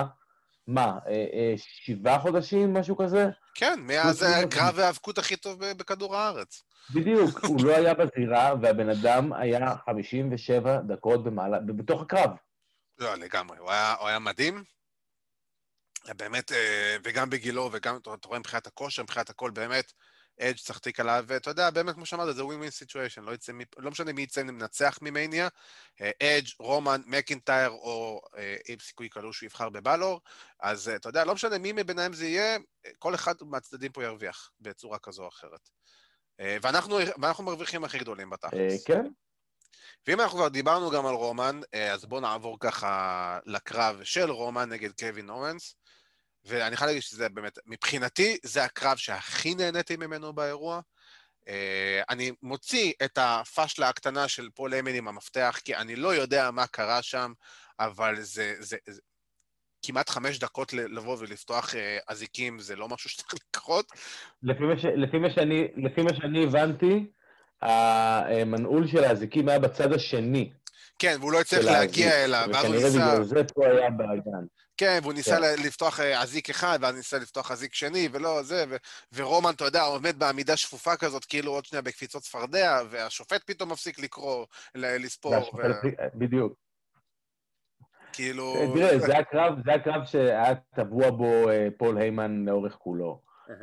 Speaker 2: 7 חודשים, משהו כזה?
Speaker 1: כן, מאז הקרב והאבקות הכי טוב בכדור הארץ.
Speaker 2: בדיוק, הוא לא היה בזירה, והבן אדם היה 57 דקות בתוך הקרב.
Speaker 1: לא, לגמרי, הוא היה מדהים. באמת, וגם בגילו, וגם, אתה רואה, מבחינת הכושר, מבחינת הכל, באמת, אדג' צחתיק עליו, ואתה יודע, באמת, כמו שאמרת, זה win-win situation, לא משנה מי יצא מנצח ממניה, אדג', רומן, מקינטייר, או אם סיכוי קלוש שהוא יבחר בבלור, אז אתה יודע, לא משנה מי מביניהם זה יהיה, כל אחד מהצדדים פה ירוויח, בצורה כזו או אחרת. ואנחנו מרוויחים הכי גדולים בתכלס.
Speaker 2: כן.
Speaker 1: ואם אנחנו כבר דיברנו גם על רומן, אז בואו נעבור ככה לקרב של רומן נגד קווין אורנס, ואני חייב להגיד שזה באמת, מבחינתי, זה הקרב שהכי נהניתי ממנו באירוע. אני מוציא את הפשלה הקטנה של פול היימן עם המפתח, כי אני לא יודע מה קרה שם, אבל זה כמעט 5 דקות לבוא ולפתוח אזיקים, זה לא משהו שצריך לקרות.
Speaker 2: לפי מה שאני הבנתי, המנעול של האזיקים היה בצד השני.
Speaker 1: כן, והוא לא הצליח להגיע אליו, ואז הוא ניסה...
Speaker 2: וכנראה בגלל זה פה היה באגן.
Speaker 1: כן, והוא ניסה לפתוח אזיק אחד, ואז ניסה לפתוח אזיק שני, ולא זה, ורומן, אתה יודע, עומד בעמידה שפופה כזאת, כאילו עוד שנייה בקפיצות צפרדע, והשופט פתאום מפסיק לקרוא, לספור.
Speaker 2: בדיוק.
Speaker 1: כאילו...
Speaker 2: תראה, זה הקרב שהיה טבוע בו פול היימן לאורך כולו.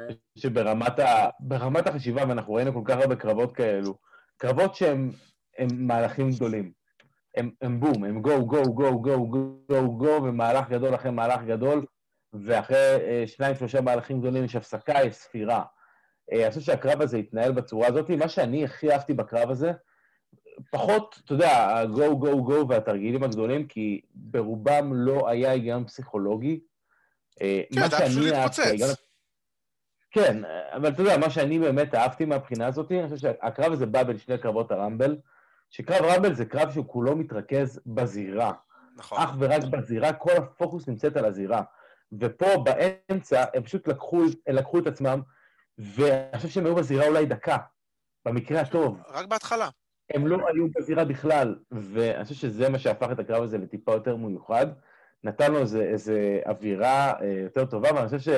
Speaker 2: שברמת החשיבה, ואנחנו ראינו כל כך הרבה קרבות כאלו, קרבות שהם מהלכים גדולים. הם בום, הם גו, גו, גו, גו, גו, גו, ומהלך גדול אחרי מהלך גדול, ואחרי 2-3 מהלכים גדולים יש הפסקה, יש ספירה. אני חושב שהקרב הזה התנהל בצורה הזאת. מה שאני הכי אהבתי בקרב הזה, פחות, אתה יודע, ה-go, go, go והתרגילים הגדולים, כי ברובם לא היה היגיון פסיכולוגי.
Speaker 1: כן,
Speaker 2: מה
Speaker 1: אתה פשוט
Speaker 2: שאני אהבתי,
Speaker 1: להתפוצץ.
Speaker 2: כן, אבל אתה יודע, מה שאני באמת אהבתי מהבחינה הזאת, אני חושב שהקרב הזה בא בין שני קרבות הרמבל, שקרב רמבל זה קרב שהוא כולו מתרכז בזירה.
Speaker 1: נכון.
Speaker 2: אך ורק בזירה, כל הפוקוס נמצאת על הזירה. ופה באמצע הם פשוט לקחו את עצמם, ואני חושב שהם היו בזירה אולי דקה, במקרה הטוב.
Speaker 1: רק בהתחלה.
Speaker 2: הם לא היו בזירה בכלל, ואני חושב שזה מה שהפך את הקרב הזה לטיפה יותר מיוחד. נתן לו איזה אווירה יותר טובה, ואני חושב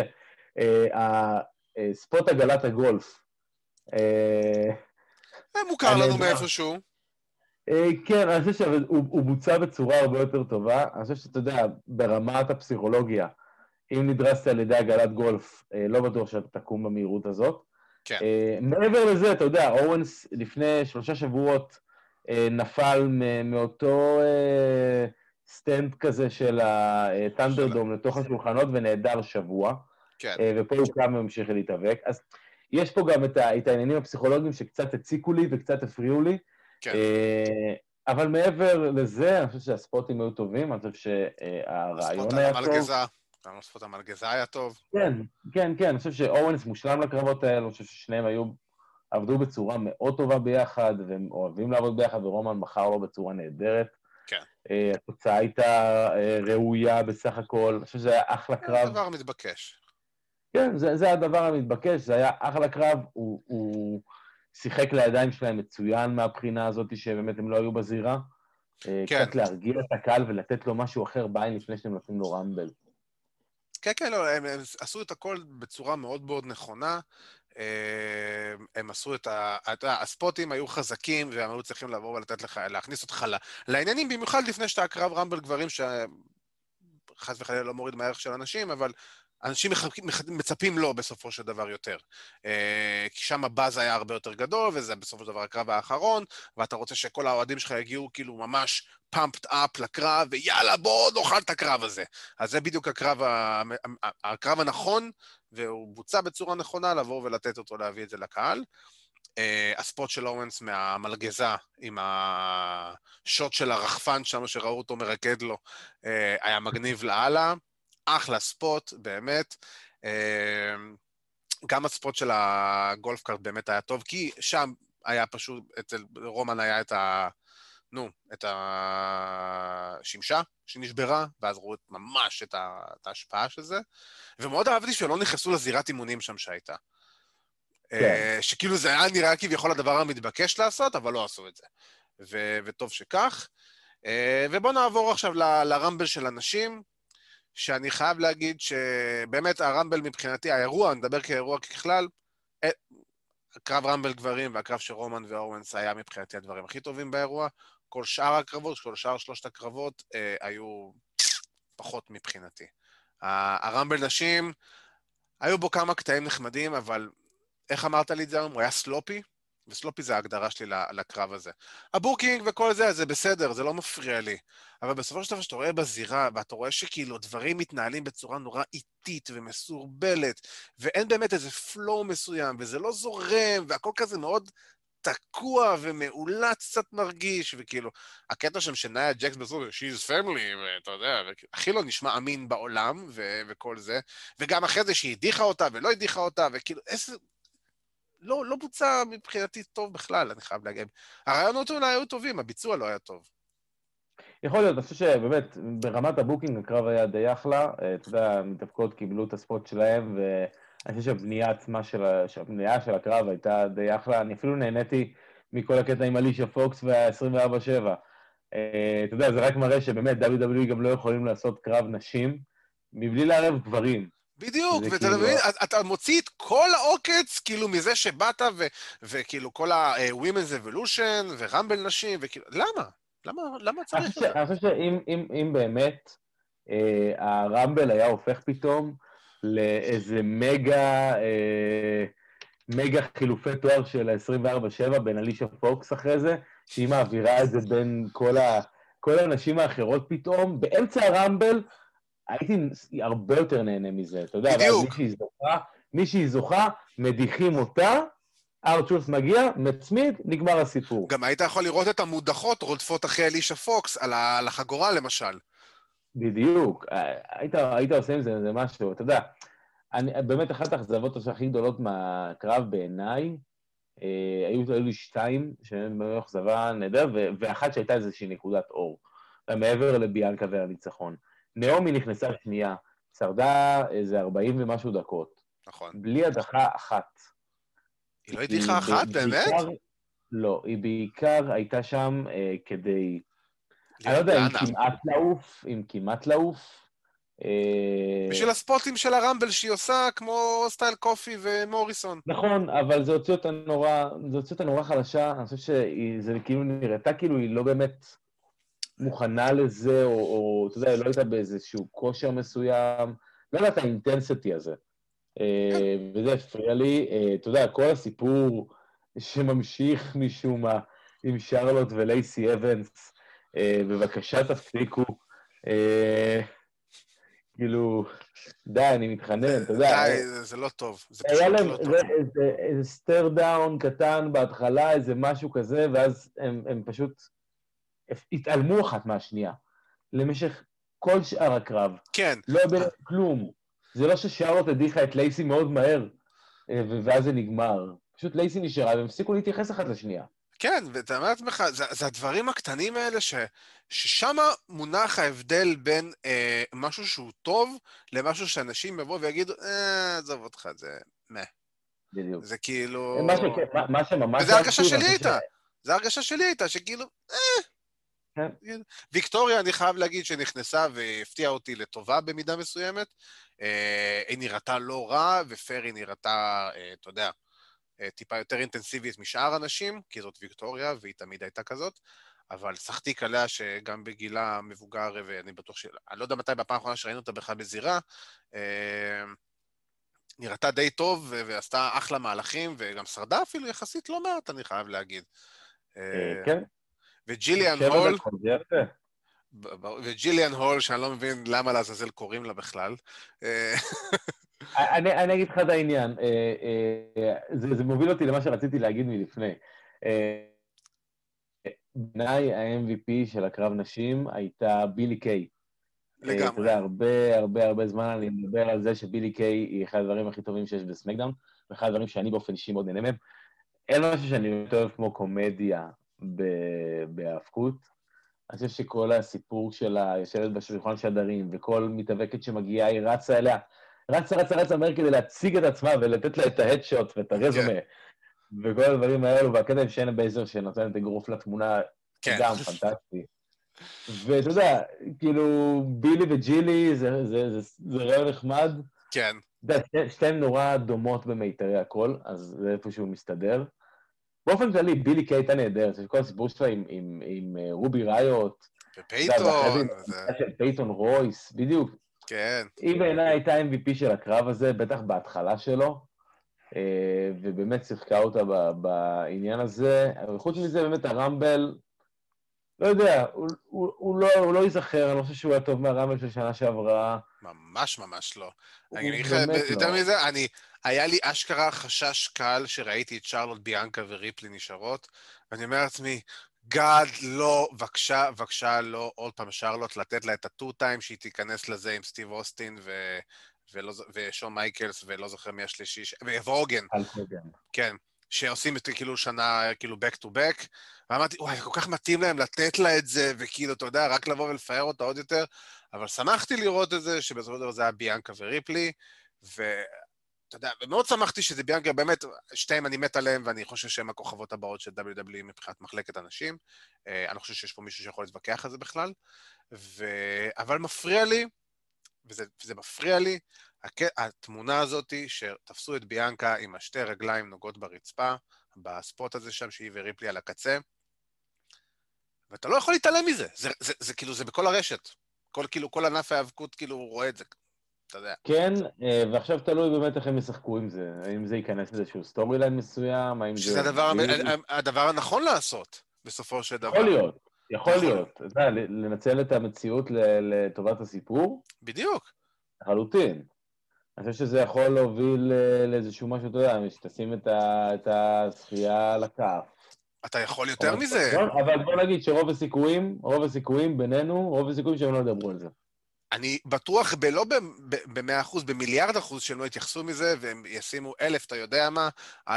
Speaker 2: שהספוט עגלת הגולף,
Speaker 1: מוכר לנו
Speaker 2: הנהדר,
Speaker 1: מאיפשהו.
Speaker 2: כן, אני חושב שהוא בוצע בצורה הרבה יותר טובה. אני חושב שאתה יודע, ברמת הפסיכולוגיה, אם נדרסת על ידי עגלת גולף, לא בטוח שאתה תקום במהירות הזאת.
Speaker 1: כן.
Speaker 2: מעבר לזה, אתה יודע, אורנס לפני 3 שבועות נפל מאותו סטנד כזה של הטנדרדום לתוך השולחנות ונעדר שבוע,
Speaker 1: כן.
Speaker 2: ופה הוא קם וממשיך להתאבק. אז יש פה גם את העניינים הפסיכולוגיים שקצת הציקו לי וקצת הפריעו לי,
Speaker 1: כן.
Speaker 2: אבל מעבר לזה, אני חושב שהספוטים היו טובים, אני חושב שהרעיון היה טוב.
Speaker 1: גם הספוט המלגזה היה טוב.
Speaker 2: כן, כן, כן, אני חושב שאורנס מושלם לקרבות האלה, אני חושב ששניהם עבדו בצורה מאוד טובה ביחד, והם אוהבים לעבוד ביחד, ורומן בחר לו בצורה נהדרת.
Speaker 1: כן.
Speaker 2: התוצאה הייתה ראויה בסך הכל, אני חושב שזה היה אחלה קרב.
Speaker 1: זה דבר מתבקש.
Speaker 2: כן, זה הדבר המתבקש, זה היה אחלה קרב, הוא שיחק לידיים שלהם מצוין מהבחינה הזאת, שבאמת הם לא היו בזירה.
Speaker 1: כן.
Speaker 2: קצת להרגיע את הקהל ולתת לו משהו אחר בעין לפני שהם נותנים לו רמבל.
Speaker 1: כן, כן, לא, הם עשו את הכל בצורה מאוד מאוד נכונה. הם עשו הספוטים היו חזקים, והם היו צריכים לבוא ולתת לך, להכניס אותך לעניינים, במיוחד לפני שאתה קרב רמבל גברים, שחס וחלילה לא מוריד מהערך של אנשים, אבל אנשים מצפים לו בסופו של דבר יותר. כי שם הבאז היה הרבה יותר גדול, וזה בסופו של דבר הקרב האחרון, ואתה רוצה שכל האוהדים שלך יגיעו כאילו ממש pumped up לקרב, ויאללה בוא נאכל את הקרב הזה. אז זה בדיוק הקרב הנכון, והוא בוצע בצורה נכונה לבוא ולתת אותו, להביא את זה לקהל. הספוט של אורנס מהמלגזה, עם השוט של הרחפן שם, שראו אותו מרקד לו, היה מגניב לאללה. אחלה ספוט, באמת. גם הספוט של הגולף קארט באמת היה טוב, כי שם היה פשוט, אצל רומן היה את השמשה שנשברה, ואז ראו ממש את ההשפעה של זה, ומאוד אהבתי שלא נכנסו לזירת אימונים שם שהייתה.
Speaker 2: כן.
Speaker 1: שכאילו זה היה נראה כביכול הדבר המתבקש לעשות, אבל לא עשו את זה. וטוב שכך. ובואו נעבור עכשיו לרמבל של אנשים, שאני חייב להגיד שבאמת הרמבל מבחינתי, האירוע, נדבר כאירוע ככלל, הקרב רמבל גברים והקרב של רומן ואורנס היה מבחינתי הדברים הכי טובים באירוע. כל שאר הקרבות, כל שאר 3 הקרבות היו פחות מבחינתי. הרמבל נשים, היו בו כמה קטעים נחמדים, אבל איך אמרת לי את זה היום? הוא היה סלופי, וסלופי זה ההגדרה שלי לקרב הזה. הבוקינג וכל זה, זה בסדר, זה לא מפריע לי. אבל בסופו של דבר שאתה רואה בזירה, ואתה רואה שכאילו דברים מתנהלים בצורה נורא איטית ומסורבלת, ואין באמת איזה פלואו מסוים, וזה לא זורם, והכל כזה מאוד תקוע ומאולץ קצת מרגיש, וכאילו, הקטע שם שנאיה ג'קס בסוף, she's family, ואתה יודע, הכי לא נשמע אמין בעולם, וכל זה, וגם אחרי זה שהיא הדיחה אותה ולא הדיחה אותה, וכאילו, לא בוצע מבחינתי טוב בכלל, אני חייב להגיד. הרעיונות אולי היו טובים, הביצוע לא היה טוב.
Speaker 2: יכול להיות, אני חושב שבאמת, ברמת הבוקינג הקרב היה די אחלה, אתה יודע, מתאבקות קיבלו את הספוט שלהם, ואני חושב שהבנייה עצמה הבנייה של הקרב הייתה די אחלה, אני אפילו נהניתי מכל הקטע עם אלישה פוקס וה-24/7. אתה יודע, זה רק מראה שבאמת WWE גם לא יכולים לעשות קרב נשים, מבלי לערב גברים.
Speaker 1: בדיוק, ואתה מבין, אתה מוציא את כל העוקץ, כאילו, מזה שבאת, וכאילו, כל ה-Women's Evolution, ורמבל נשים, וכאילו, למה? למה צריך את זה?
Speaker 2: אני חושב שאם באמת הרמבל היה הופך פתאום לאיזה מגה חילופי תואר של ה-24/7 בין אלישה פוקס אחרי זה, שהיא מעבירה את זה בין כל הנשים האחרות פתאום, באמצע הרמבל, הייתי הרבה יותר נהנה מזה, אתה יודע,
Speaker 1: בדיוק.
Speaker 2: מי שהיא זוכה, מדיחים אותה, R-Truth מגיע, מצמיד, נגמר הסיפור.
Speaker 1: גם היית יכול לראות את המודחות רודפות אחרי אלישה פוקס על החגורה למשל.
Speaker 2: בדיוק. היית עושה עם זה משהו, אתה יודע, באמת אחת האכזבות הכי גדולות מהקרב בעיניי, היו לי שתיים, שהן באמת אכזבה נהדר, ואחת שהייתה איזושהי נקודת אור, מעבר לביאנקה והניצחון. נעמי נכנסה שנייה, שרדה איזה 40 ומשהו דקות.
Speaker 1: נכון.
Speaker 2: בלי הדחה אחת.
Speaker 1: היא לא הדחה אחת, באמת?
Speaker 2: לא, היא בעיקר הייתה שם כדי... אני לא יודע, אם כמעט לעוף.
Speaker 1: בשביל הספוטים של הרמבל שהיא עושה, כמו סטייל קופי ומוריסון.
Speaker 2: נכון, אבל זה הוציא אותה נורא חלשה. אני חושב שזה כאילו נראתה כאילו היא לא באמת מוכנה לזה, או אתה יודע, היא לא הייתה באיזשהו כושר מסוים. לא יודעת האינטנסיטי הזה. וזה הפריע לי. אתה יודע, כל הסיפור שממשיך משום מה עם שרלוט ולייסי אבנס, בבקשה תפסיקו. כאילו, די, אני מתחנן, אתה יודע.
Speaker 1: די, זה לא טוב. זה
Speaker 2: היה
Speaker 1: פשוט
Speaker 2: להם
Speaker 1: לא טוב.
Speaker 2: איזה סטר דאון קטן בהתחלה, איזה משהו כזה, ואז הם פשוט התעלמו אחת מהשנייה. למשך כל שאר הקרב.
Speaker 1: כן.
Speaker 2: לא היה ביניהם כלום. זה לא ששרלוט הדיחה את לייסי מאוד מהר, ואז זה נגמר. פשוט לייסי נשארה, והם הפסיקו להתייחס אחת לשנייה.
Speaker 1: כן, ואתה אומר לעצמך, זה הדברים הקטנים האלה ששם מונח ההבדל בין משהו שהוא טוב למשהו שאנשים יבואו ויגידו, עזוב אותך, זה מה.
Speaker 2: בדיוק.
Speaker 1: זה כאילו...
Speaker 2: מה שממש...
Speaker 1: וזה הרגשה שלי הייתה. זה הרגשה שלי הייתה, שכאילו,
Speaker 2: כן.
Speaker 1: ויקטוריה, אני חייב להגיד שנכנסה והפתיעה אותי לטובה במידה מסוימת. היא נראתה לא רע, ופרי נראתה, אתה יודע, טיפה יותר אינטנסיבית משאר אנשים, כי זאת ויקטוריה, והיא תמיד הייתה כזאת, אבל שחתיק עליה שגם בגילה מבוגר, ואני בטוח אני לא יודע מתי בפעם האחרונה שראינו אותה בכלל בזירה, נראתה די טוב, ועשתה אחלה מהלכים, וגם שרדה אפילו יחסית לא מעט, אני חייב להגיד.
Speaker 2: כן.
Speaker 1: וג'יליאן הול, שאני לא מבין למה לעזאזל קוראים לה בכלל.
Speaker 2: אני אגיד לך את העניין, זה מוביל אותי למה שרציתי להגיד מלפני. בעיניי ה-MVP של הקרב נשים הייתה בילי קיי.
Speaker 1: לגמרי.
Speaker 2: אתה יודע, הרבה זמן אני מדבר על זה שבילי קיי היא אחד הדברים הכי טובים שיש בסמקדאון, ואחד הדברים שאני באופן אישי מאוד נהנה מהם. אין משהו שאני יותר אוהב כמו קומדיה בהאבקות. אני חושב שכל הסיפור שלה יושבת בשולחן שדרים, וכל מתאבקת שמגיעה היא רצה אליה, רצה מהר כדי להציג את עצמה ולתת לה את ההדשוט ואת הרזומה, וכל הדברים האלו, והקטע עם שיינה בייזר שנותנת אגרוף לתמונה, גם פנטסטי. ואתה יודע, כאילו, בילי וג'ילי זה רעיון נחמד.
Speaker 1: כן.
Speaker 2: שתיהן נורא דומות במיתרי הכל, אז זה איפשהו מסתדר. באופן כללי, בילי קיי הייתה נהדרת, כל הסיפור שלה עם רובי ראיות.
Speaker 1: ופייטון.
Speaker 2: פייטון רויס, בדיוק.
Speaker 1: כן.
Speaker 2: היא בעיניי הייתה MVP של הקרב הזה, בטח בהתחלה שלו, ובאמת שיחקה אותה בעניין הזה. וחוץ מזה, באמת הרמבל, לא יודע, הוא לא ייזכר, אני לא חושב שהוא היה טוב מהרמבל של שנה שעברה.
Speaker 1: ממש לא. אני אגיד לך, יותר מזה, היה לי אשכרה חשש קל שראיתי את שרלוט, ביאנקה וריפלי נשארות, ואני אומר לעצמי, גאד, לא, בבקשה, לא, עוד פעם שרלוט, לתת לה את הטו-טיים שהיא תיכנס לזה עם סטיב אוסטין ושון מייקלס, ולא זוכר מי השלישי, והוגן. כן, שעושים את כאילו שנה, כאילו back to back, ואמרתי, וואי, כל כך מתאים להם לתת לה את זה, וכאילו, אתה יודע, רק לבוא ולפאר אותה עוד יותר, אבל שמחתי לראות את זה, שבסופו של דבר זה היה ביאנקה וריפלי, ואתה יודע, ומאוד שמחתי שזה ביאנקה, באמת, שתיים אני מת עליהם, ואני חושב שהם הכוכבות הבאות של WWE מבחינת מחלקת אנשים, אני לא חושב שיש פה מישהו שיכול להתווכח על זה בכלל, אבל מפריע לי, וזה מפריע לי, התמונה הזאת שתפסו את ביאנקה עם השתי רגליים נוגעות ברצפה, בספוט הזה שם שהיא וריפלי על הקצה, ואתה לא יכול להתעלם מזה, זה כאילו, זה בכל הרשת, כל ענף ההיאבקות כאילו רואה את זה, אתה יודע.
Speaker 2: כן, ועכשיו תלוי באמת איך הם ישחקו עם זה, האם זה ייכנס לאיזשהו סטורי ליין מסוים, האם זה...
Speaker 1: שזה הדבר הנכון לעשות, בסופו של דבר.
Speaker 2: יכול להיות, אתה יודע, לנצל את המציאות לטובת הסיפור.
Speaker 1: בדיוק.
Speaker 2: לחלוטין. אני חושב שזה יכול להוביל לאיזשהו משהו, אתה יודע, שתשים את הזכייה על הכף.
Speaker 1: אתה יכול יותר מזה.
Speaker 2: אבל בוא נגיד רוב הסיכויים בינינו, רוב הסיכויים שהם לא ידברו על זה.
Speaker 1: אני בטוח, לא ב100%, ב1,000,000,000% שהם לא יתייחסו מזה, והם ישימו 1,000, אתה יודע מה,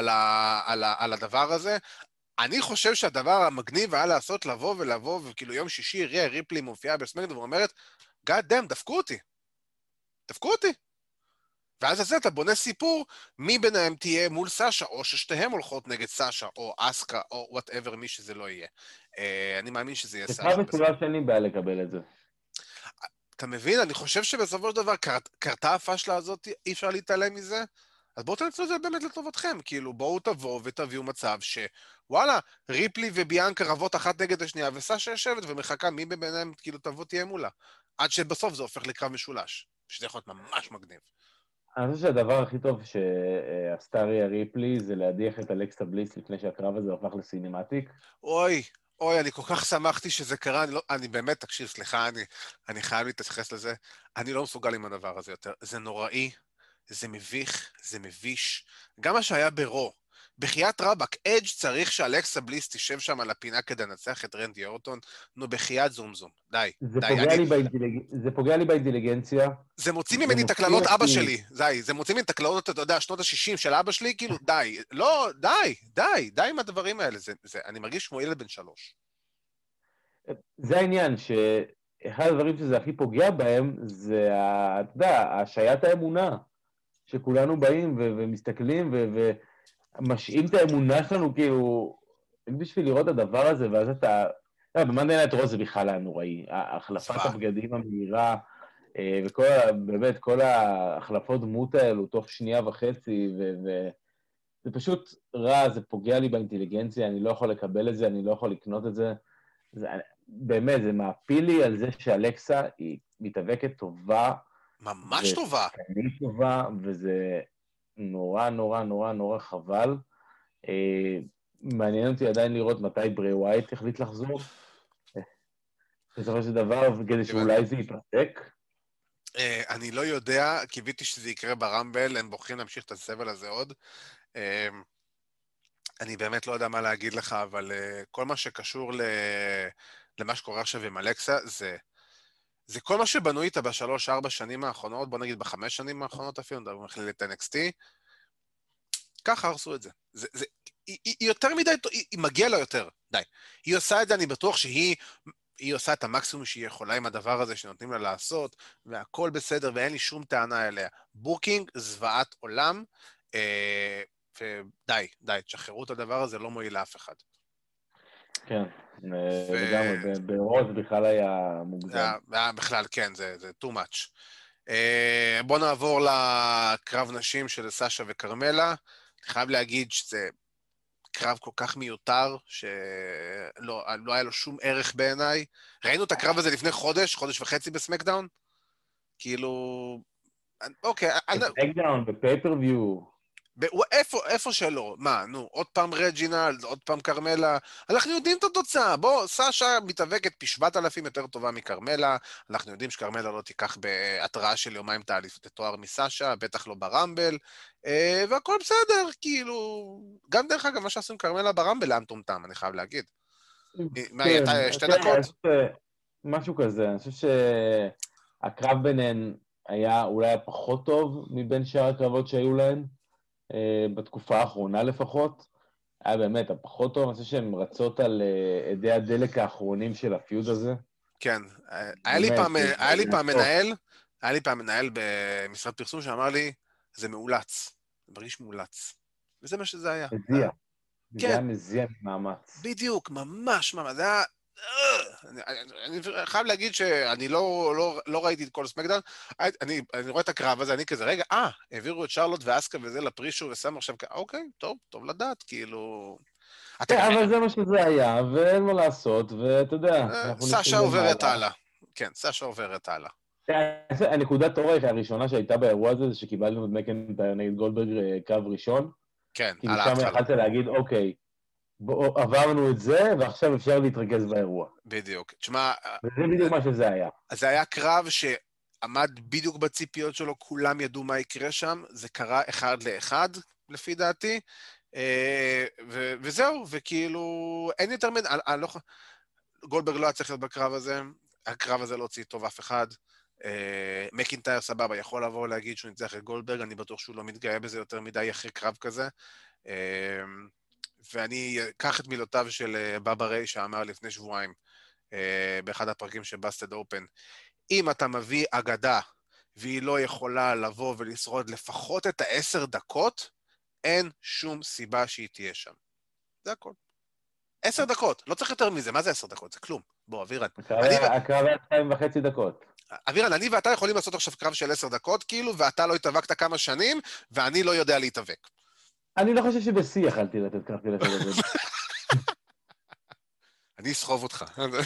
Speaker 1: על הדבר הזה. אני חושב שהדבר המגניב היה לעשות לבוא, וכאילו יום שישי ריה ריפלי מופיעה בסמקדאון ואומרת, God damn, דפקו אותי. ואז הזה אתה בונה סיפור, מי ביניהם תהיה מול סאשה, או ששתיהם הולכות נגד סאשה, או אסקה, או whatever, מי שזה לא יהיה. אני מאמין שזה יהיה סאשה.
Speaker 2: בצורה שאני בא לקבל את זה.
Speaker 1: אתה מבין? אני חושב שבסופו של דבר קרתה הפשלה הזאת, אי אפשר להתעלם מזה, אז בואו תנצלו את זה באמת לטובתכם, כאילו בואו תבואו ותביאו מצב שוואלה, ריפלי וביאנקה רבות אחת נגד השנייה, וסאשה יושבת ומחכה מי ביניהם כאילו תבוא תהיה מולה, עד שבסוף זה הופך לקרב משולש, שזה יכול להיות ממש מגניב.
Speaker 2: אני חושב שהדבר הכי טוב שעשתה ריה ריפלי זה להדיח את אלכסה בליס לפני שהקרב הזה הפך לסינמטיק.
Speaker 1: אוי, אני כל כך שמחתי שזה קרה, אני באמת, תקשיב, סליחה, אני חייב להתייחס לזה, אני לא מסוגל עם הדבר הזה יותר, זה נוראי, זה מביך, זה מביש, גם מה שהיה בחייאת רבאק, אדג' צריך שאלכסה בליס תשב שם על הפינה כדי לנצח את רנדי אורטון, נו בחייאת זום, די.
Speaker 2: זה פוגע לי באינטליגנציה.
Speaker 1: זה מוציא ממני את הקללות אבא שלי, זה מוציא ממני את הקללות, אתה יודע, שנות ה-60 של אבא שלי, כאילו, די, לא, די עם הדברים האלה, אני מרגיש כמו ילד בן 3.
Speaker 2: זה העניין, שאחד הדברים שזה הכי פוגע בהם, זה, אתה יודע, השעיית האמונה, שכולנו באים ומסתכלים ומשאים את האמונה שלנו, כאילו, בשביל לראות את הדבר הזה, ואז אתה, במאנדיי נייט רו זה בכלל היה נוראי, החלפת הבגדים המהירה, וכל, באמת, כל ההחלפות דמות האלו, תוך שנייה וחצי, זה פשוט רע, זה פוגע לי באינטליגנציה, אני לא יכול לקבל את זה, אני לא יכול לקנות את זה, באמת, זה מעפיל לי על זה שאלכסה היא מתאבקת טובה.
Speaker 1: ממש טובה.
Speaker 2: ושחקנית טובה, וזה נורא חבל. מעניין אותי עדיין לראות מתי ברי ווייט החליט לחזור. בסופו של דבר, כדי שאולי זה ייפסק.
Speaker 1: אני לא יודע, קיוויתי שזה יקרה ברמבל, הם בוחרים להמשיך את הסבל הזה עוד. אני באמת לא יודע מה להגיד לך, אבל כל מה שקשור למה שקורה עכשיו עם אלכסה, זה כל מה שבנו איתה ב3-4 שנים האחרונות, בוא נגיד ב5 שנים האחרונות אפילו, נדבר מכללת NXT, ככה הרסו את זה. היא יותר מדי, היא מגיעה לה יותר, די. היא עושה את זה, אני בטוח שהיא עושה את המקסימום שהיא יכולה עם הדבר הזה שנותנים לה לעשות, והכל בסדר, ואין לי שום טענה אליה. בוקינג, זוועת עולם, ודי, תשחררו את הדבר הזה, לא מועיל לאף אחד.
Speaker 2: כן, וגם ברוז בכלל היה מוגזם.
Speaker 1: בכלל, כן, זה too much. בואו נעבור לקרב נשים של סאשה וקרמלה. אני חייב להגיד שזה קרב כל כך מיותר, שלא היה לו שום ערך בעיניי. ראינו את הקרב הזה לפני חודש וחצי בסמקדאון? כאילו, אוקיי.
Speaker 2: בסמקדאון, בפייפרוויו.
Speaker 1: איפה שלא? מה, נו, עוד פעם רג'ינלד, עוד פעם קרמלה, אנחנו יודעים את התוצאה, בוא, סאשה מתאבקת פי 7,000 יותר טובה מקרמלה, אנחנו יודעים שקרמלה לא תיקח בהתראה של יומיים את התואר מסאשה, בטח לא ברמבל, והכל בסדר, כאילו, גם דרך אגב, מה שעשו עם קרמלה ברמבל היה מטומטם, אני חייב להגיד. מה, הייתה 2 דקות?
Speaker 2: משהו כזה, אני חושב שהקרב ביניהן היה אולי פחות טוב מבין שאר הקרבות שהיו להן, בתקופה האחרונה לפחות, היה באמת הפחות טוב, אני חושב שהן רצות על עדי הדלק האחרונים של הפיוד הזה.
Speaker 1: כן, היה לי פעם מנהל במשרד פרסום שאמר לי, זה מאולץ, זה מרגיש מאולץ, וזה מה שזה היה.
Speaker 2: מזיע, זה היה מזיע ממאמץ.
Speaker 1: בדיוק, ממש, זה היה... אני חייב להגיד שאני לא ראיתי את כל סמקדאון, אני רואה את הקרב הזה, אני כזה, רגע, העבירו את שרלוט ואסקה וזה לפרישו ושם עכשיו, אוקיי, טוב לדעת, כאילו...
Speaker 2: אבל זה מה שזה היה, ואין מה לעשות, ואתה יודע...
Speaker 1: סאשה עוברת הלאה. כן, סאשה עוברת הלאה.
Speaker 2: הנקודת אור הראשונה שהייתה באירוע הזה, זה שקיבלנו את מקנטייר נגד גולדברג קרב ראשון.
Speaker 1: כן,
Speaker 2: על ההתחלה. כי משם יכלת להגיד, אוקיי, עברנו את זה, ועכשיו אפשר להתרכז באירוע.
Speaker 1: בדיוק. תשמע...
Speaker 2: וזה בדיוק מה שזה היה.
Speaker 1: אז זה היה קרב עמד בדיוק בציפיות שלו, כולם ידעו מה יקרה שם, זה קרה אחד לאחד, לפי דעתי, וזהו, וכאילו, אין יותר מן, גולדברג לא היה צריך להיות בקרב הזה, הקרב הזה לא הוציא טוב אף אחד, מקינטייר סבבה, יכול לבוא להגיד שהוא ניצח את גולדברג, אני בטוח שהוא לא מתגאה בזה יותר מדי אחרי קרב כזה, ואני אקח את מילותיו של בבא ריי שאמר לפני שבועיים, באחד הפרקים של בסטד אופן, אם אתה מביא אגדה, והיא לא יכולה לבוא ולשרוד לפחות את 10 דקות, אין שום סיבה שהיא תהיה שם. זה הכל. 10 דקות, לא צריך יותר מזה, מה זה 10 דקות? זה כלום. בוא, אבירן.
Speaker 2: הקרב היה 2.5 דקות.
Speaker 1: אבירן, אני ואתה יכולים לעשות עכשיו קרב של 10 דקות, כאילו, ואתה לא התאבקת כמה שנים, ואני לא יודע להתאבק.
Speaker 2: אני לא חושב שבשיא יכלתי לתת קרב של 10 דקות.
Speaker 1: אני אסחוב אותך.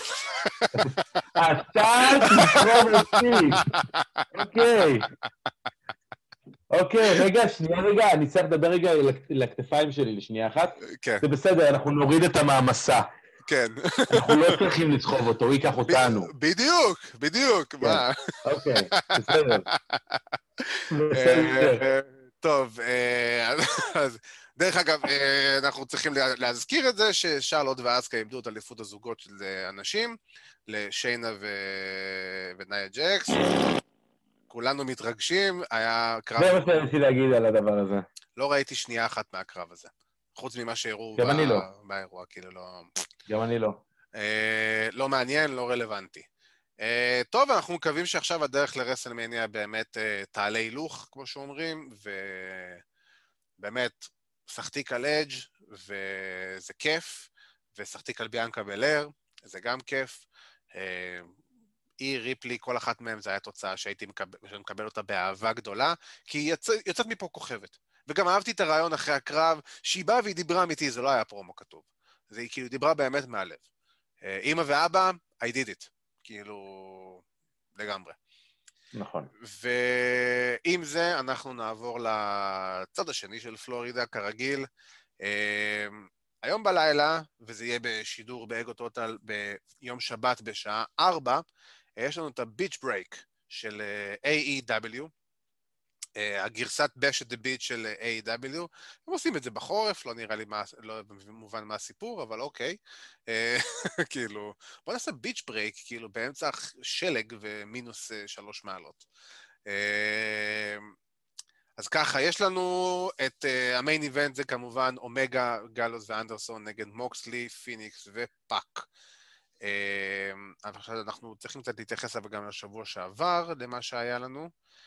Speaker 2: אתה תסחוב אותי. אוקיי. אוקיי, רגע, אני צריך לדבר רגע לכתפיים שלי לשנייה אחת.
Speaker 1: כן.
Speaker 2: זה בסדר, אנחנו נוריד את המעמסה.
Speaker 1: כן.
Speaker 2: אנחנו לא צריכים לסחוב אותו, הוא ייקח אותנו.
Speaker 1: בדיוק, מה?
Speaker 2: אוקיי, בסדר. בסדר.
Speaker 1: טוב, אז דרך אגב, אנחנו צריכים להזכיר את זה ששרלוט ואסקה איבדו את אליפות הזוגות של אנשים, לשיינה ונאיה ג'קס. כולנו מתרגשים, היה קרב...
Speaker 2: זה מה שרציתי להגיד על הדבר הזה.
Speaker 1: לא ראיתי שנייה אחת מהקרב הזה. חוץ ממה שהראו באירוע, כאילו לא...
Speaker 2: גם אני לא.
Speaker 1: לא מעניין, לא רלוונטי. טוב, אנחנו מקווים שעכשיו הדרך לרסלמניה באמת תעלה הילוך, כמו שאומרים, ובאמת, שחתיק על אדג' וזה כיף, ושחתיק על ביאנקה בלר, זה גם כיף. ריפלי, כל אחת מהם זה היה תוצאה שהייתי מקבל אותה באהבה גדולה, כי היא יוצאת מפה כוכבת. וגם אהבתי את הרעיון אחרי הקרב, שהיא באה והיא דיברה אמיתי, זה לא היה פרומו כתוב. זה היא כאילו דיברה באמת מהלב. אמא ואבא, I did it. כאילו, לגמרי.
Speaker 2: נכון.
Speaker 1: ועם זה אנחנו נעבור לצד השני של פלורידה, כרגיל. היום בלילה, וזה יהיה בשידור באגו טוטל ביום שבת בשעה 4, יש לנו את הביץ' ברייק של AEW, הגרסת בש את הביץ' של AEW, הם עושים את זה בחורף, לא נראה לי לא מובן מה הסיפור, אבל אוקיי. כאילו, בוא נעשה ביץ' ברייק, כאילו באמצע שלג ומינוס 3 מעלות. אז ככה, יש לנו את המיין איבנט, זה כמובן אומגה, גלוס ואנדרסון נגד מוקסלי, פיניקס ופאק. עכשיו אנחנו צריכים קצת להתייחס אבל גם לשבוע שעבר, למה שהיה לנו.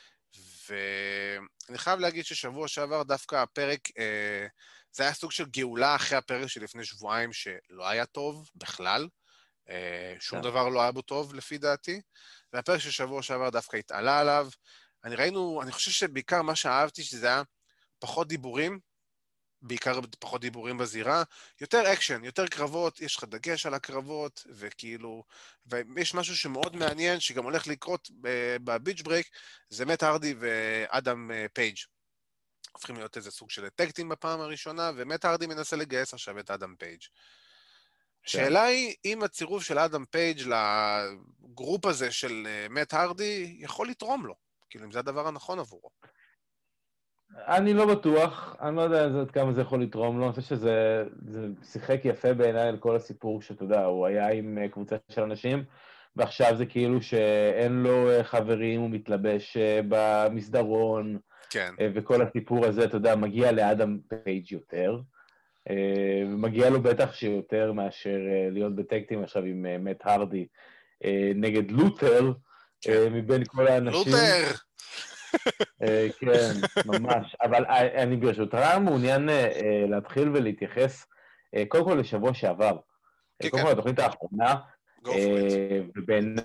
Speaker 1: ואני חייב להגיד ששבוע שעבר דווקא הפרק, זה היה סוג של גאולה אחרי הפרק שלפני שבועיים שלא היה טוב בכלל. שום דבר לא היה בו טוב לפי דעתי. והפרק של שבוע שעבר דווקא התעלה עליו. אני חושב שבעיקר מה שאהבתי שזה היה פחות דיבורים, בעיקר פחות דיבורים בזירה, יותר אקשן, יותר קרבות, יש לך דגש על הקרבות, וכאילו, ויש משהו שמאוד מעניין, שגם הולך לקרות בביץ' ברייק, זה מאט הרדי ואדם פייג'. הופכים להיות איזה סוג של טקטים בפעם הראשונה, ומאט הרדי מנסה לגייס עכשיו את אדם פייג'. השאלה היא, אם הצירוף של אדם פייג' לגרופ הזה של מאט הרדי, יכול לתרום לו. כאילו, אם זה הדבר הנכון עבורו.
Speaker 2: אני לא בטוח, אני לא יודע עד כמה זה יכול לתרום לו, אני חושב שזה שיחק יפה בעיניי על כל הסיפור שאתה יודע, הוא היה עם קבוצה של אנשים, ועכשיו זה כאילו שאין לו חברים, הוא מתלבש במסדרון,
Speaker 1: כן.
Speaker 2: וכל הסיפור הזה, אתה יודע, מגיע לאדם פייג' יותר, ומגיע לו בטח שיותר מאשר להיות בטקטים עכשיו עם מאט הרדי נגד לותר, מבין כל האנשים.
Speaker 1: לותר!
Speaker 2: כן, ממש. אבל אני ברשותך מעוניין להתחיל ולהתייחס קודם כל לשבוע שעבר. קודם כל לתוכנית האחרונה, ובעיניי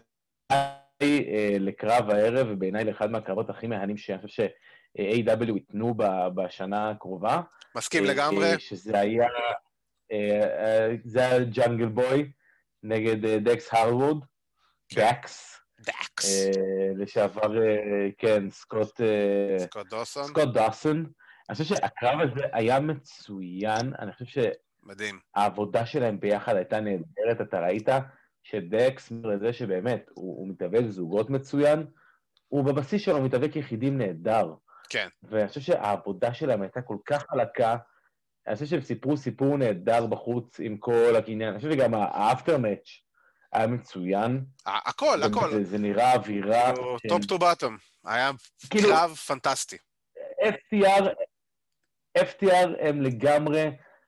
Speaker 2: לקרב הערב, ובעיניי לאחד מהקרבות הכי מהנים שאני חושב ש-AW יתנו בשנה הקרובה.
Speaker 1: מסכים לגמרי.
Speaker 2: שזה היה ג'אנגל בוי נגד דקס הרלווד, דקס. לשעבר, כן, סקוט דוסון. אני חושב שהקרב הזה היה מצוין, אני חושב שהעבודה שלהם ביחד הייתה נהדרת, אתה ראית שדקס לזה שבאמת הוא מתאבק זוגות מצוין, הוא בבסיס שלו מתאבק יחידים נהדר.
Speaker 1: כן.
Speaker 2: ואני חושב שהעבודה שלהם הייתה כל כך חלקה, אני חושב שהם סיפרו סיפור נהדר בחוץ עם כל הקניין. אני חושב שגם האפטר מאץ' היה מצוין.
Speaker 1: הכל, הכל.
Speaker 2: זה נראה אווירה
Speaker 1: כאילו,
Speaker 2: של...
Speaker 1: טופ טו בוטום. היה
Speaker 2: כאילו,
Speaker 1: קרב פנטסטי.
Speaker 2: FTR, FTR הם לגמרי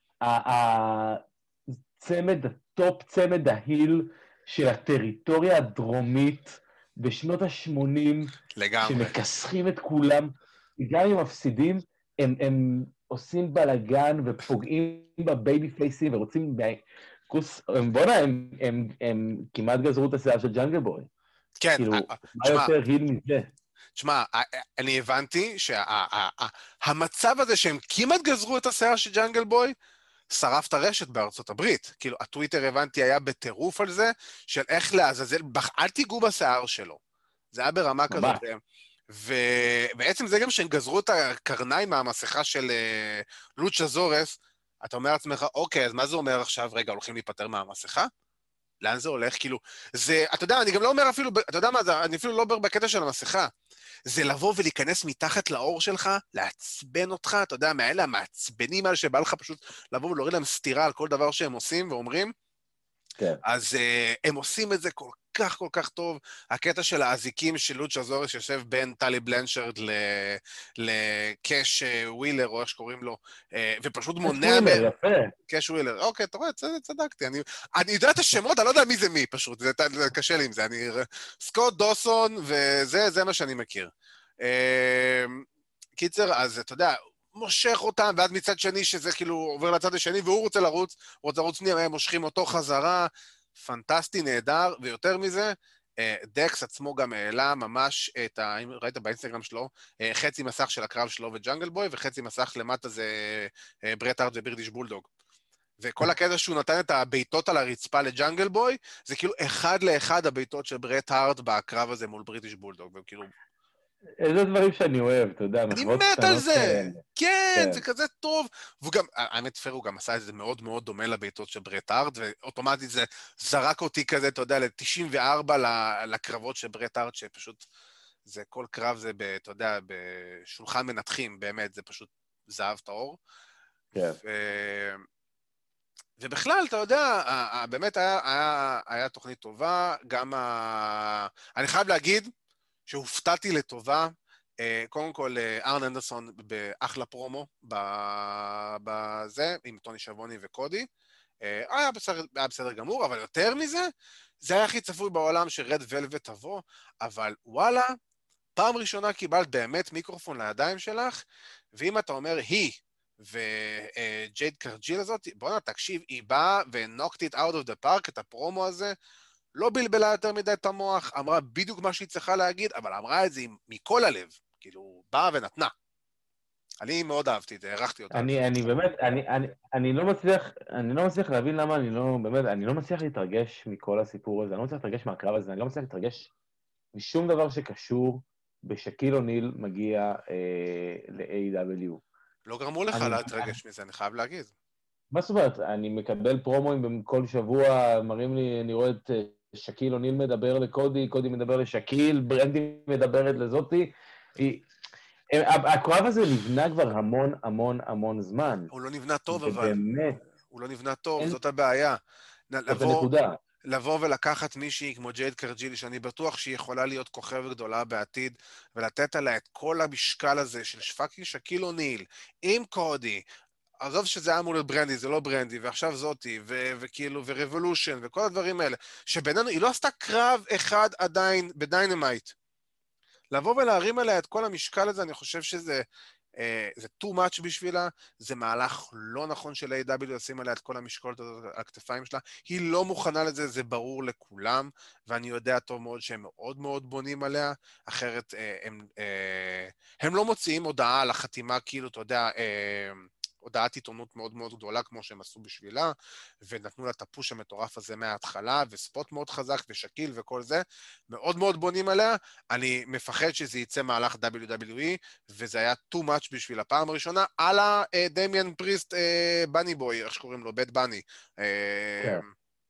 Speaker 2: הצמד, הטופ צמד ההיל של הטריטוריה הדרומית בשנות ה-80,
Speaker 1: לגמרי.
Speaker 2: שמכסחים את כולם, גם אם מפסידים, הם עושים בלגן ופוגעים בבייבי פייסים ורוצים... בוא'נה, הם כמעט גזרו את השיער של ג'אנגל בוי.
Speaker 1: כן,
Speaker 2: כאילו, מה
Speaker 1: תשמע,
Speaker 2: יותר היל מזה?
Speaker 1: תשמע, אני הבנתי שהמצב הזה שהם כמעט גזרו את השיער של ג'אנגל בוי, שרף את הרשת בארצות הברית. כאילו, הטוויטר, הבנתי, היה בטירוף על זה, של איך לעזאזל, אל תיגעו בשיער שלו. זה היה ברמה כזאת. ובעצם זה גם שהם גזרו את הקרניים מהמסכה של לוצ'ה זורס, אתה אומר לעצמך, אוקיי, אז מה זה אומר עכשיו? רגע, הולכים להיפטר מהמסכה? לאן זה הולך? כאילו, זה, אתה יודע, אני גם לא אומר אפילו, אתה יודע מה זה, אני אפילו לא אומר בקטע של המסכה. זה לבוא ולהיכנס מתחת לאור שלך, לעצבן אותך, אתה יודע, מאלה המעצבנים האלה שבא לך פשוט לבוא ולהוריד להם סתירה על כל דבר שהם עושים ואומרים,
Speaker 2: כן.
Speaker 1: אז הם עושים את זה כל כך טוב. הקטע של האזיקים של לוצ'ה זורס יושב בין טלי בלנשרד לקש ווילר, או איך שקוראים לו, ופשוט מונע...
Speaker 2: קש ווילר, יפה.
Speaker 1: קש ווילר, אוקיי, אתה רואה, צדקתי. אני יודע את השמות, אני לא יודע מי זה מי פשוט, זה קשה לי עם זה. סקוט דוסון, וזה מה שאני מכיר. קיצר, אז אתה יודע, מושך אותם, ואז מצד שני שזה כאילו עובר לצד השני, והוא רוצה לרוץ, הוא רוצה לרוץ פנימה, הם מושכים אותו חזרה, פנטסטי, נהדר, ויותר מזה, דקס עצמו גם העלה ממש את אם ראית באינסטגרם שלו, חצי מסך של הקרב שלו וג'אנגל בוי, וחצי מסך למטה זה ברט הארט ובירדיש בולדוג. וכל הקטע שהוא נתן את הביתות על הרצפה לג'אנגל בוי, זה כאילו אחד לאחד הביתות של ברט הארט בקרב הזה מול בריטיש בולדוג, וכאילו...
Speaker 2: איזה דברים שאני אוהב, אתה יודע,
Speaker 1: אני
Speaker 2: מחוות
Speaker 1: מת על זה!
Speaker 2: כאלה.
Speaker 1: כן, זה כזה טוב. והוא גם, האמת פר, הוא גם עשה את זה מאוד מאוד דומה לביתות של ברט הארט, ואוטומטית זה זרק אותי כזה, אתה יודע, ל-94 לקרבות של ברט הארט, שפשוט, זה כל קרב זה, אתה יודע, בשולחן מנתחים, באמת, זה פשוט זהב טהור.
Speaker 2: כן.
Speaker 1: ובכלל, אתה יודע, באמת היה תוכנית טובה, גם אני חייב להגיד שהופתעתי לטובה, קודם כל, ארן אנדרסון באחלה פרומו בזה, עם טוני שבוני וקודי. היה בסדר גמור, אבל יותר מזה, זה היה הכי צפוי בעולם שרד ולווט תבוא, אבל וואלה, פעם ראשונה קיבלת באמת מיקרופון לידיים שלך, ואם אתה אומר היא, וג'ייד קרג'יל הזאת, בוא'נה, תקשיב, היא באה ו-knocked it out of the park, את הפרומו הזה, לא בלבלה יותר מדי את המוח, אמרה בדיוק מה שהיא צריכה להגיד, אבל אמרה את זה מכל הלב, כאילו, באה ונתנה. אני מאוד אהבתי את זה, הערכתי אותה.
Speaker 2: אני באמת, אני לא מצליח להבין למה אני לא מצליח להתרגש מכל הסיפור הזה, אני לא מצליח להתרגש מהקרב הזה, אני לא מצליח להתרגש משום דבר שקשור בשקיל אוניל מגיע ל-AW.
Speaker 1: לא גרמו לך להתרגש מזה, אני חייב להגיד.
Speaker 2: מה זאת אומרת? אני מקבל פרומואים כל שבוע, מראים לי, אני רואה את שקיל אוניל מדבר לקודי, קודי מדבר לשקיל, ברנדי מדברת לזאתי. הקרב הזה נבנה כבר המון זמן.
Speaker 1: הוא לא נבנה טוב, אבל.
Speaker 2: באמת.
Speaker 1: הוא לא נבנה טוב, זאת הבעיה.
Speaker 2: זאת הנקודה.
Speaker 1: לבוא ולקחת מישהי כמו ג'ייד קרג'ילי, שאני בטוח שהיא יכולה להיות כוכבת גדולה בעתיד, ולתת עליה את כל המשקל הזה של פאקינג שקיל אוניל, עם קודי, עזוב שזה היה אמור להיות ברנדי, זה לא ברנדי, ועכשיו זאתי, וכאילו, ורבולושן, וכל הדברים האלה, שבינינו, היא לא עשתה קרב אחד עדיין בדיינמייט. לבוא ולהרים עליה את כל המשקל הזה, אני חושב שזה זה too much בשבילה, זה מהלך לא נכון של A.W. לשים עליה את כל המשקולות הזאת על הכתפיים שלה, היא לא מוכנה לזה, זה ברור לכולם, ואני יודע טוב מאוד שהם מאוד מאוד בונים עליה, אחרת הם לא מוציאים הודעה על החתימה, כאילו, אתה יודע, הודעת עיתונות מאוד מאוד גדולה, כמו שהם עשו בשבילה, ונתנו לה את הפוש המטורף הזה מההתחלה, וספוט מאוד חזק, ושקיל וכל זה, מאוד מאוד בונים עליה, אני מפחד שזה יצא מהלך WWE, וזה היה too much בשביל הפעם הראשונה, על הדמיאן פריסט בני בוי, איך שקוראים לו, בית בני.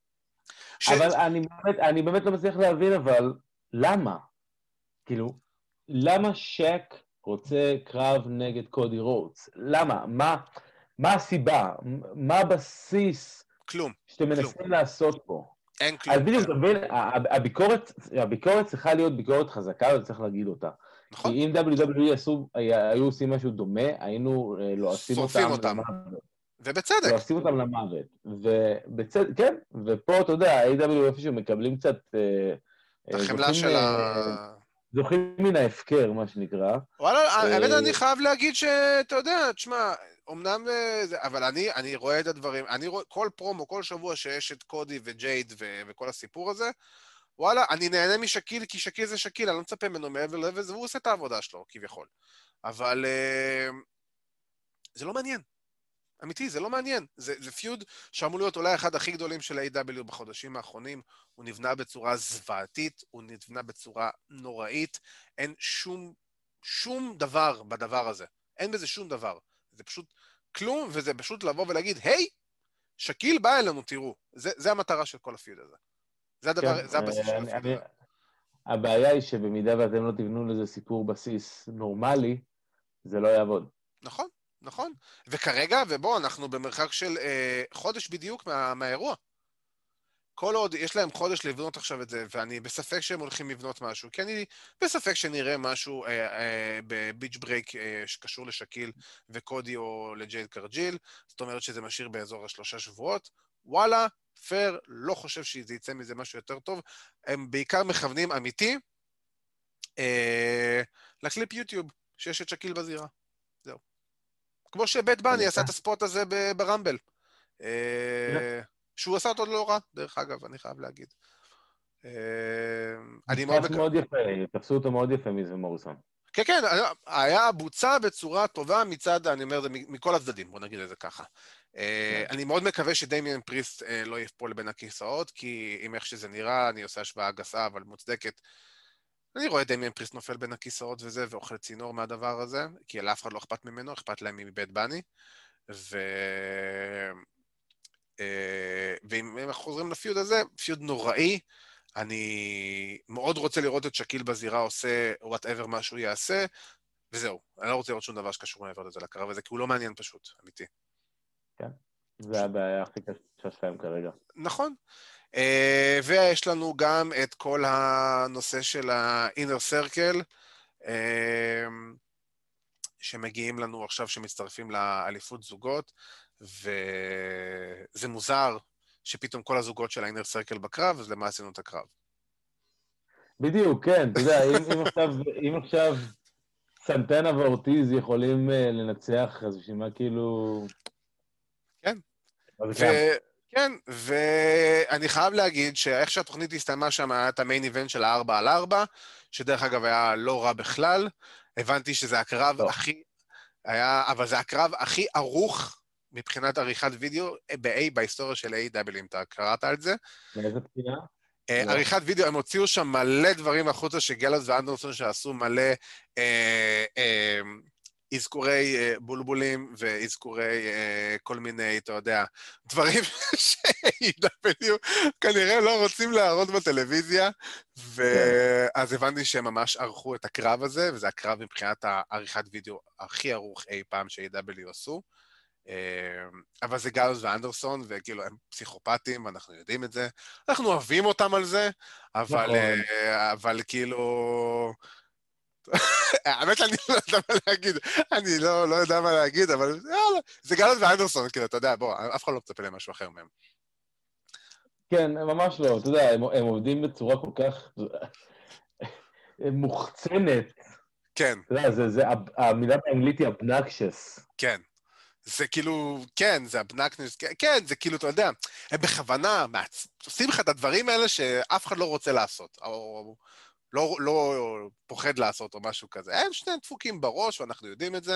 Speaker 2: אבל אני באמת לא מצליח להבין, אבל למה? כאילו, למה שק רוצה קרב נגד קודי רודס? למה? מה הסיבה? מה הבסיס
Speaker 1: כלום,
Speaker 2: שאתם
Speaker 1: כלום.
Speaker 2: מנסים לעשות פה?
Speaker 1: אין
Speaker 2: אז
Speaker 1: כלום.
Speaker 2: בדיוק, אתה מבין, הביקורת צריכה להיות ביקורת חזקה, וצריך להגיד אותה. כי
Speaker 1: נכון?
Speaker 2: אם WWE היו עושים משהו דומה, היינו לועסים
Speaker 1: שורפים
Speaker 2: אותם
Speaker 1: אותם.
Speaker 2: למוות.
Speaker 1: ובצדק.
Speaker 2: לועסים אותם למוות. כן, ופה, אתה יודע, ה-AW איפשהו מקבלים קצת,
Speaker 1: את החמלה
Speaker 2: זוכים,
Speaker 1: של
Speaker 2: זוכים מן ההפקר, מה שנקרא.
Speaker 1: וואלה, האמת
Speaker 2: אה,
Speaker 1: אני חייב להגיד שאתה יודע, תשמע, אמנם אבל אני רואה את הדברים, אני רואה כל פרומו, כל שבוע שיש את קודי וג'ייד וכל הסיפור הזה, וואלה, אני נהנה משקיל, כי שקיל זה שקיל, אני לא מצפה ממנו מעבר לזה, והוא עושה את העבודה שלו, כביכול. אבל זה לא מעניין. אמיתי, זה לא מעניין. זה פיוד שאמור להיות אולי אחד הכי גדולים של ה-AW בחודשים האחרונים. הוא נבנה בצורה זוועתית, הוא נבנה בצורה נוראית. אין שום דבר בדבר הזה. אין בזה שום דבר. זה פשוט כלום, וזה פשוט לבוא ולהגיד, היי, שקיל בא אלינו, תראו. זה המטרה של כל הפיוד הזה.
Speaker 2: כן,
Speaker 1: זה הבסיס של הפיוד הזה.
Speaker 2: הבעיה היא שבמידה ואתם לא תבנו לזה סיפור בסיס נורמלי, זה לא יעבוד.
Speaker 1: נכון, נכון. וכרגע, ובוא, אנחנו במרחק של חודש בדיוק מהאירוע. כל עוד יש להם חודש לבנות עכשיו את זה, ואני בספק שהם הולכים לבנות משהו, כי אני בספק שנראה משהו בביץ' ברייק שקשור לשקיל וקודי או לג'ייד קרג'יל, זאת אומרת שזה משאיר באזור 3 שבועות. וואלה, פייר, לא חושב שזה יצא מזה משהו יותר טוב. הם בעיקר מכוונים אמיתי לקליפ יוטיוב, שיש את שקיל בזירה. זהו. כמו שבית בני עשה את הספוט הזה ברמבל. שהוא עשה אותו לא רע, דרך אגב, אני חייב להגיד. אני מאוד
Speaker 2: נתפס מאוד יפה, תפסו אותו מאוד יפה מזה מוריסון.
Speaker 1: כן, כן, היה בוצע בצורה טובה מצד, אני אומר, מכל הצדדים, בוא נגיד את זה ככה. אני מאוד מקווה שדמיאן פריסט לא יפול בין הכיסאות, כי אם איך שזה נראה, אני עושה השוואה גסה, אבל מוצדקת. אני רואה דמיאן פריסט נופל בין הכיסאות וזה, ואוכל צינור מהדבר הזה, כי לאף אחד לא אכפת ממנו, אכפת להם מבית בני. ואם אנחנו חוזרים לפיוד הזה, פיוד נוראי, אני מאוד רוצה לראות את שקיל בזירה עושה whatever מה שהוא יעשה, וזהו. אני לא רוצה לראות שום דבר שקשור מעבר לזה לקרב הזה, כי הוא לא מעניין פשוט, אמיתי.
Speaker 2: כן, זה הבעיה הכי קשה שלהם כרגע.
Speaker 1: נכון. ויש לנו גם את כל הנושא של ה-inner circle, שמגיעים לנו עכשיו, שמצטרפים לאליפות זוגות, וזה מוזר שפתאום כל הזוגות של ה-inner circle בקרב, אז למה עשינו את הקרב?
Speaker 2: בדיוק, כן, אתה יודע, אם עכשיו סנטנה ואורטיז יכולים לנצח, אז בשביל מה כאילו...
Speaker 1: כן.
Speaker 2: מה זה קיים?
Speaker 1: כן, ואני חייב להגיד שאיך שהתוכנית הסתיימה שם, היה את המיין איבנט של ה4-על-4, שדרך אגב היה לא רע בכלל. הבנתי שזה הקרב
Speaker 2: לא.
Speaker 1: הכי... אבל זה הקרב הכי ערוך מבחינת עריכת וידאו בהיסטוריה של A.W. אם אתה קראת על זה.
Speaker 2: מאיזה בחינה? לא.
Speaker 1: עריכת וידאו, הם הוציאו שם מלא דברים החוצה שגלס ואנדרסון שעשו מלא אזכורי בולבולים ואזכורי כל מיני, אתה יודע, דברים ש-AW כנראה לא רוצים להראות בטלוויזיה, ואז הבנתי שהם ממש ערכו את הקרב הזה, וזה הקרב מבחינת העריכת וידאו הכי ערוך אי פעם ש-AW עשו. אבל זה גלוס ואנדרסון, וכאילו הם פסיכופטים, אנחנו יודעים את זה. אנחנו אוהבים אותם על זה, אבל כאילו... האמת שאני לא יודע מה להגיד, אני לא יודע מה להגיד, אבל יאללה, זה גלוס ואנדרסון, כאילו, אתה יודע, בוא, אף אחד לא מצפה למשהו אחר מהם.
Speaker 2: כן, ממש לא, אתה יודע, הם עובדים בצורה כל כך מוחצנת.
Speaker 1: כן,
Speaker 2: אתה יודע, המילה באנגלית היא obnoxious.
Speaker 1: כן. זה כאילו, כן, זה הבנקנס, כן, זה כאילו, אתה יודע, הם בכוונה עושים לך את הדברים האלה שאף אחד לא רוצה לעשות, או לא פוחד לעשות או משהו כזה. הם שני דפוקים בראש, ואנחנו יודעים את זה,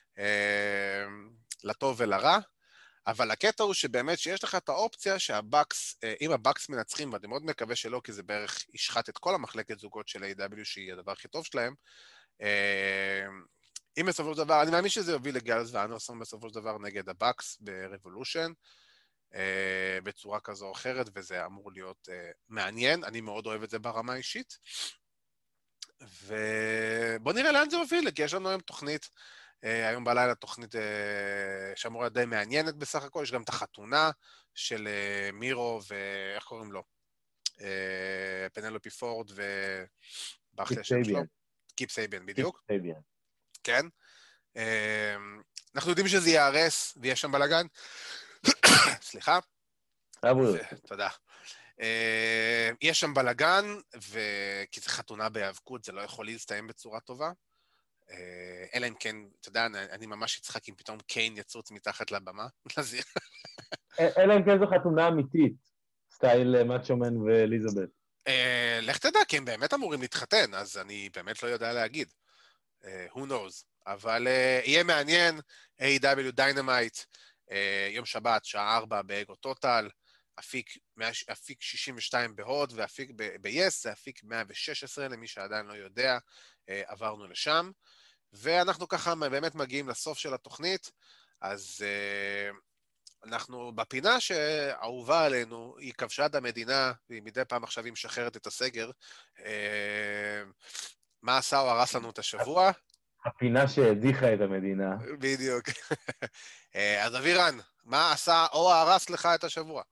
Speaker 1: לטוב ולרע, אבל הקטע הוא שבאמת שיש לך את האופציה שהבקס, אם הבקס מנצחים, ואני מאוד מקווה שלא, כי זה בערך ישחט את כל המחלקת זוגות של A.W, שהיא הדבר הכי טוב שלהם, אם בסופו של דבר, אני מאמין שזה יוביל לגלס ואנדרסון בסופו של דבר נגד הבקס ברבולושן, בצורה כזו או אחרת, וזה אמור להיות מעניין, אני מאוד אוהב את זה ברמה האישית. ובוא נראה לאן זה מוביל, כי יש לנו היום תוכנית, היום בלילה תוכנית שאמורה די מעניינת בסך הכל, יש גם את החתונה של מירו ואיך קוראים לו? פנלופי פורד וברח לי
Speaker 2: קיפ
Speaker 1: השם שלו?
Speaker 2: סייביאן.
Speaker 1: קיפ סייביאן,
Speaker 2: קיפ
Speaker 1: בדיוק,
Speaker 2: סייביאן.
Speaker 1: כן. אנחנו יודעים שזה ייהרס ויש שם בלגן. סליחה. תודה. יש שם בלגן, כי זה חתונה בהיאבקות, זה לא יכול להסתיים בצורה טובה. אלא אם כן, אתה יודע, אני ממש אצחק אם פתאום קיין יצוץ מתחת לבמה.
Speaker 2: אלא אם כן זו חתונה אמיתית, סטייל מאצ'ומן ואליזבת.
Speaker 1: לך תדע, כי הם באמת אמורים להתחתן, אז אני באמת לא יודע להגיד. Who knows. אבל יהיה מעניין, A.W. Dynamite, יום שבת, שעה 4 באגו טוטל, אפיק 62 בהוד, ואפיק ב-yes, זה אפיק 116, למי שעדיין לא יודע, עברנו לשם. ואנחנו ככה באמת מגיעים לסוף של התוכנית, אז אנחנו בפינה שאהובה עלינו, היא כבשה את המדינה, והיא מדי פעם עכשיו היא משחררת את הסגר. מה עשה או הרס לנו את השבוע?
Speaker 2: הפינה שהדיחה את המדינה.
Speaker 1: בדיוק. אז אבירן, מה עשה או הרס לך את השבוע?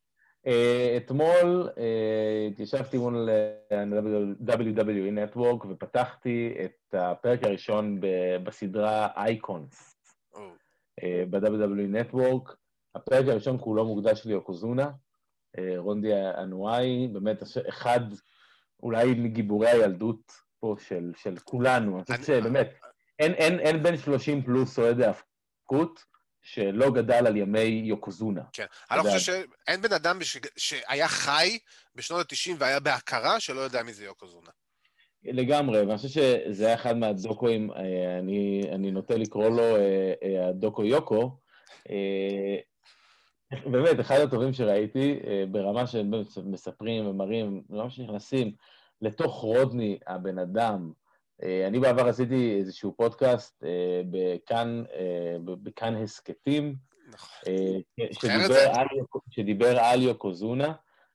Speaker 2: אתמול התיישבתי מול WWE Network ופתחתי את הפרק הראשון בסדרה אייקונס ב-WWE Network. הפרק הראשון כולו מוקדש ליוקוזונה, רונדי אנואי, באמת אחד אולי מגיבורי הילדות פה של כולנו. אני חושב שבאמת, אין בין 30 פלוס אוהד ההפקות שלא גדל על ימי יוקוזונה.
Speaker 1: כן, אני לא חושב שאין בן אדם שהיה חי בשנות ה-90 והיה בהכרה שלא יודע מי זה יוקוזונה.
Speaker 2: לגמרי, ואני חושב שזה היה אחד מהדוקוים, אני נוטה לקרוא לו הדוקו יוקו, באמת, אחד הטובים שראיתי, ברמה שהם מספרים ומראים, ממש נכנסים לתוך רודני, הבן אדם. אני בעבר עשיתי איזשהו פודקאסט בכאן הסקטים, שדיבר על יוקוזונה,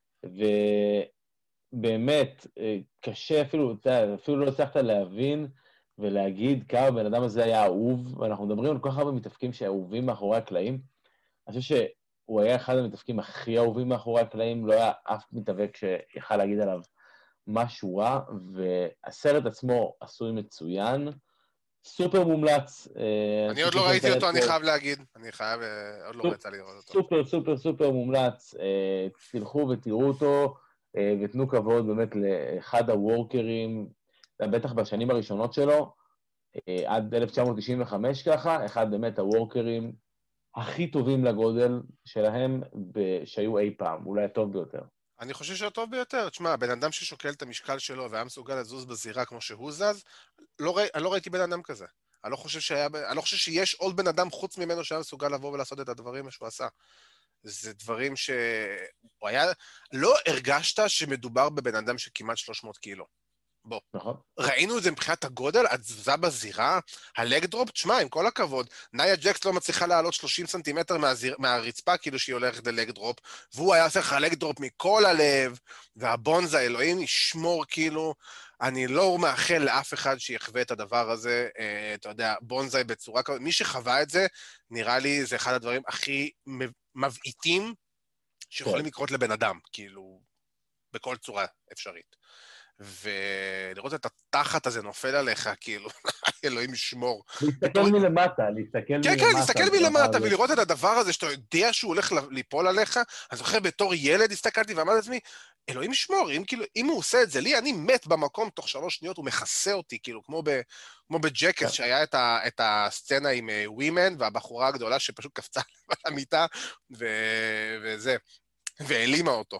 Speaker 2: ובאמת קשה אפילו לא הצלחת להבין ולהגיד כמה בן אדם הזה היה אהוב, ואנחנו מדברים על כל כך הרבה מתאבקים שאהובים מאחורי הקלעים. אני חושב שהוא היה אחד המתאבקים הכי אהובים מאחורי הקלעים, לא היה אף מתאבק שיכל להגיד עליו משהו רע, והסרט עצמו עשוי מצוין, סופר מומלץ.
Speaker 1: אני עוד לא ראיתי אותו, אני חייב להגיד. עוד לא יצא לראות אותו.
Speaker 2: סופר, סופר, סופר מומלץ. תלכו ותראו אותו, ותנו כבוד באמת לאחד הוורקרים, בטח בשנים הראשונות שלו, עד 1995 ככה, אחד באמת הוורקרים הכי טובים לגודל שלהם שהיו אי פעם, אולי הטוב ביותר.
Speaker 1: אני חושב שהטוב ביותר. תשמע, בן אדם ששוקל את המשקל שלו והיה מסוגל לזוז בזירה כמו שהוא זז, אני לא ראיתי בן אדם כזה. אני לא חושב שיש עוד בן אדם חוץ ממנו שהיה מסוגל לבוא ולעשות את הדברים שהוא עשה. זה דברים הוא היה... לא הרגשת שמדובר בבן אדם שכמעט 300 קילו. בוא.
Speaker 2: נכון.
Speaker 1: ראינו את זה מבחינת הגודל, התזוזה בזירה, הלגדרופ, תשמע, עם כל הכבוד, נאיה ג'קס לא מצליחה לעלות 30 סנטימטר מהרצפה, כאילו שהיא הולכת ללגדרופ, והוא היה עושה לך לגדרופ מכל הלב, והבונזה, אלוהים ישמור, כאילו, אני לא מאחל לאף אחד שיחווה את הדבר הזה, אתה יודע, בונזאי בצורה כזאת, מי שחווה את זה, נראה לי זה אחד הדברים הכי מבעיטים שיכולים לקרות לבן אדם, כאילו, בכל צורה אפשרית. ולראות את התחת הזה נופל עליך, כאילו, אלוהים ישמור.
Speaker 2: להסתכל מלמטה,
Speaker 1: כן, להסתכל מלמטה, ולראות את הדבר הזה שאתה יודע שהוא הולך ליפול עליך, אני זוכר בתור ילד הסתכלתי ואמרתי לעצמי, אלוהים ישמור, אם הוא עושה את זה לי, אני מת במקום תוך 3 שניות, הוא מכסה אותי, כאילו, כמו בג'קס, שהיה את הסצנה עם ווימן, והבחורה הגדולה שפשוט קפצה על המיטה, וזה, והעלימה אותו.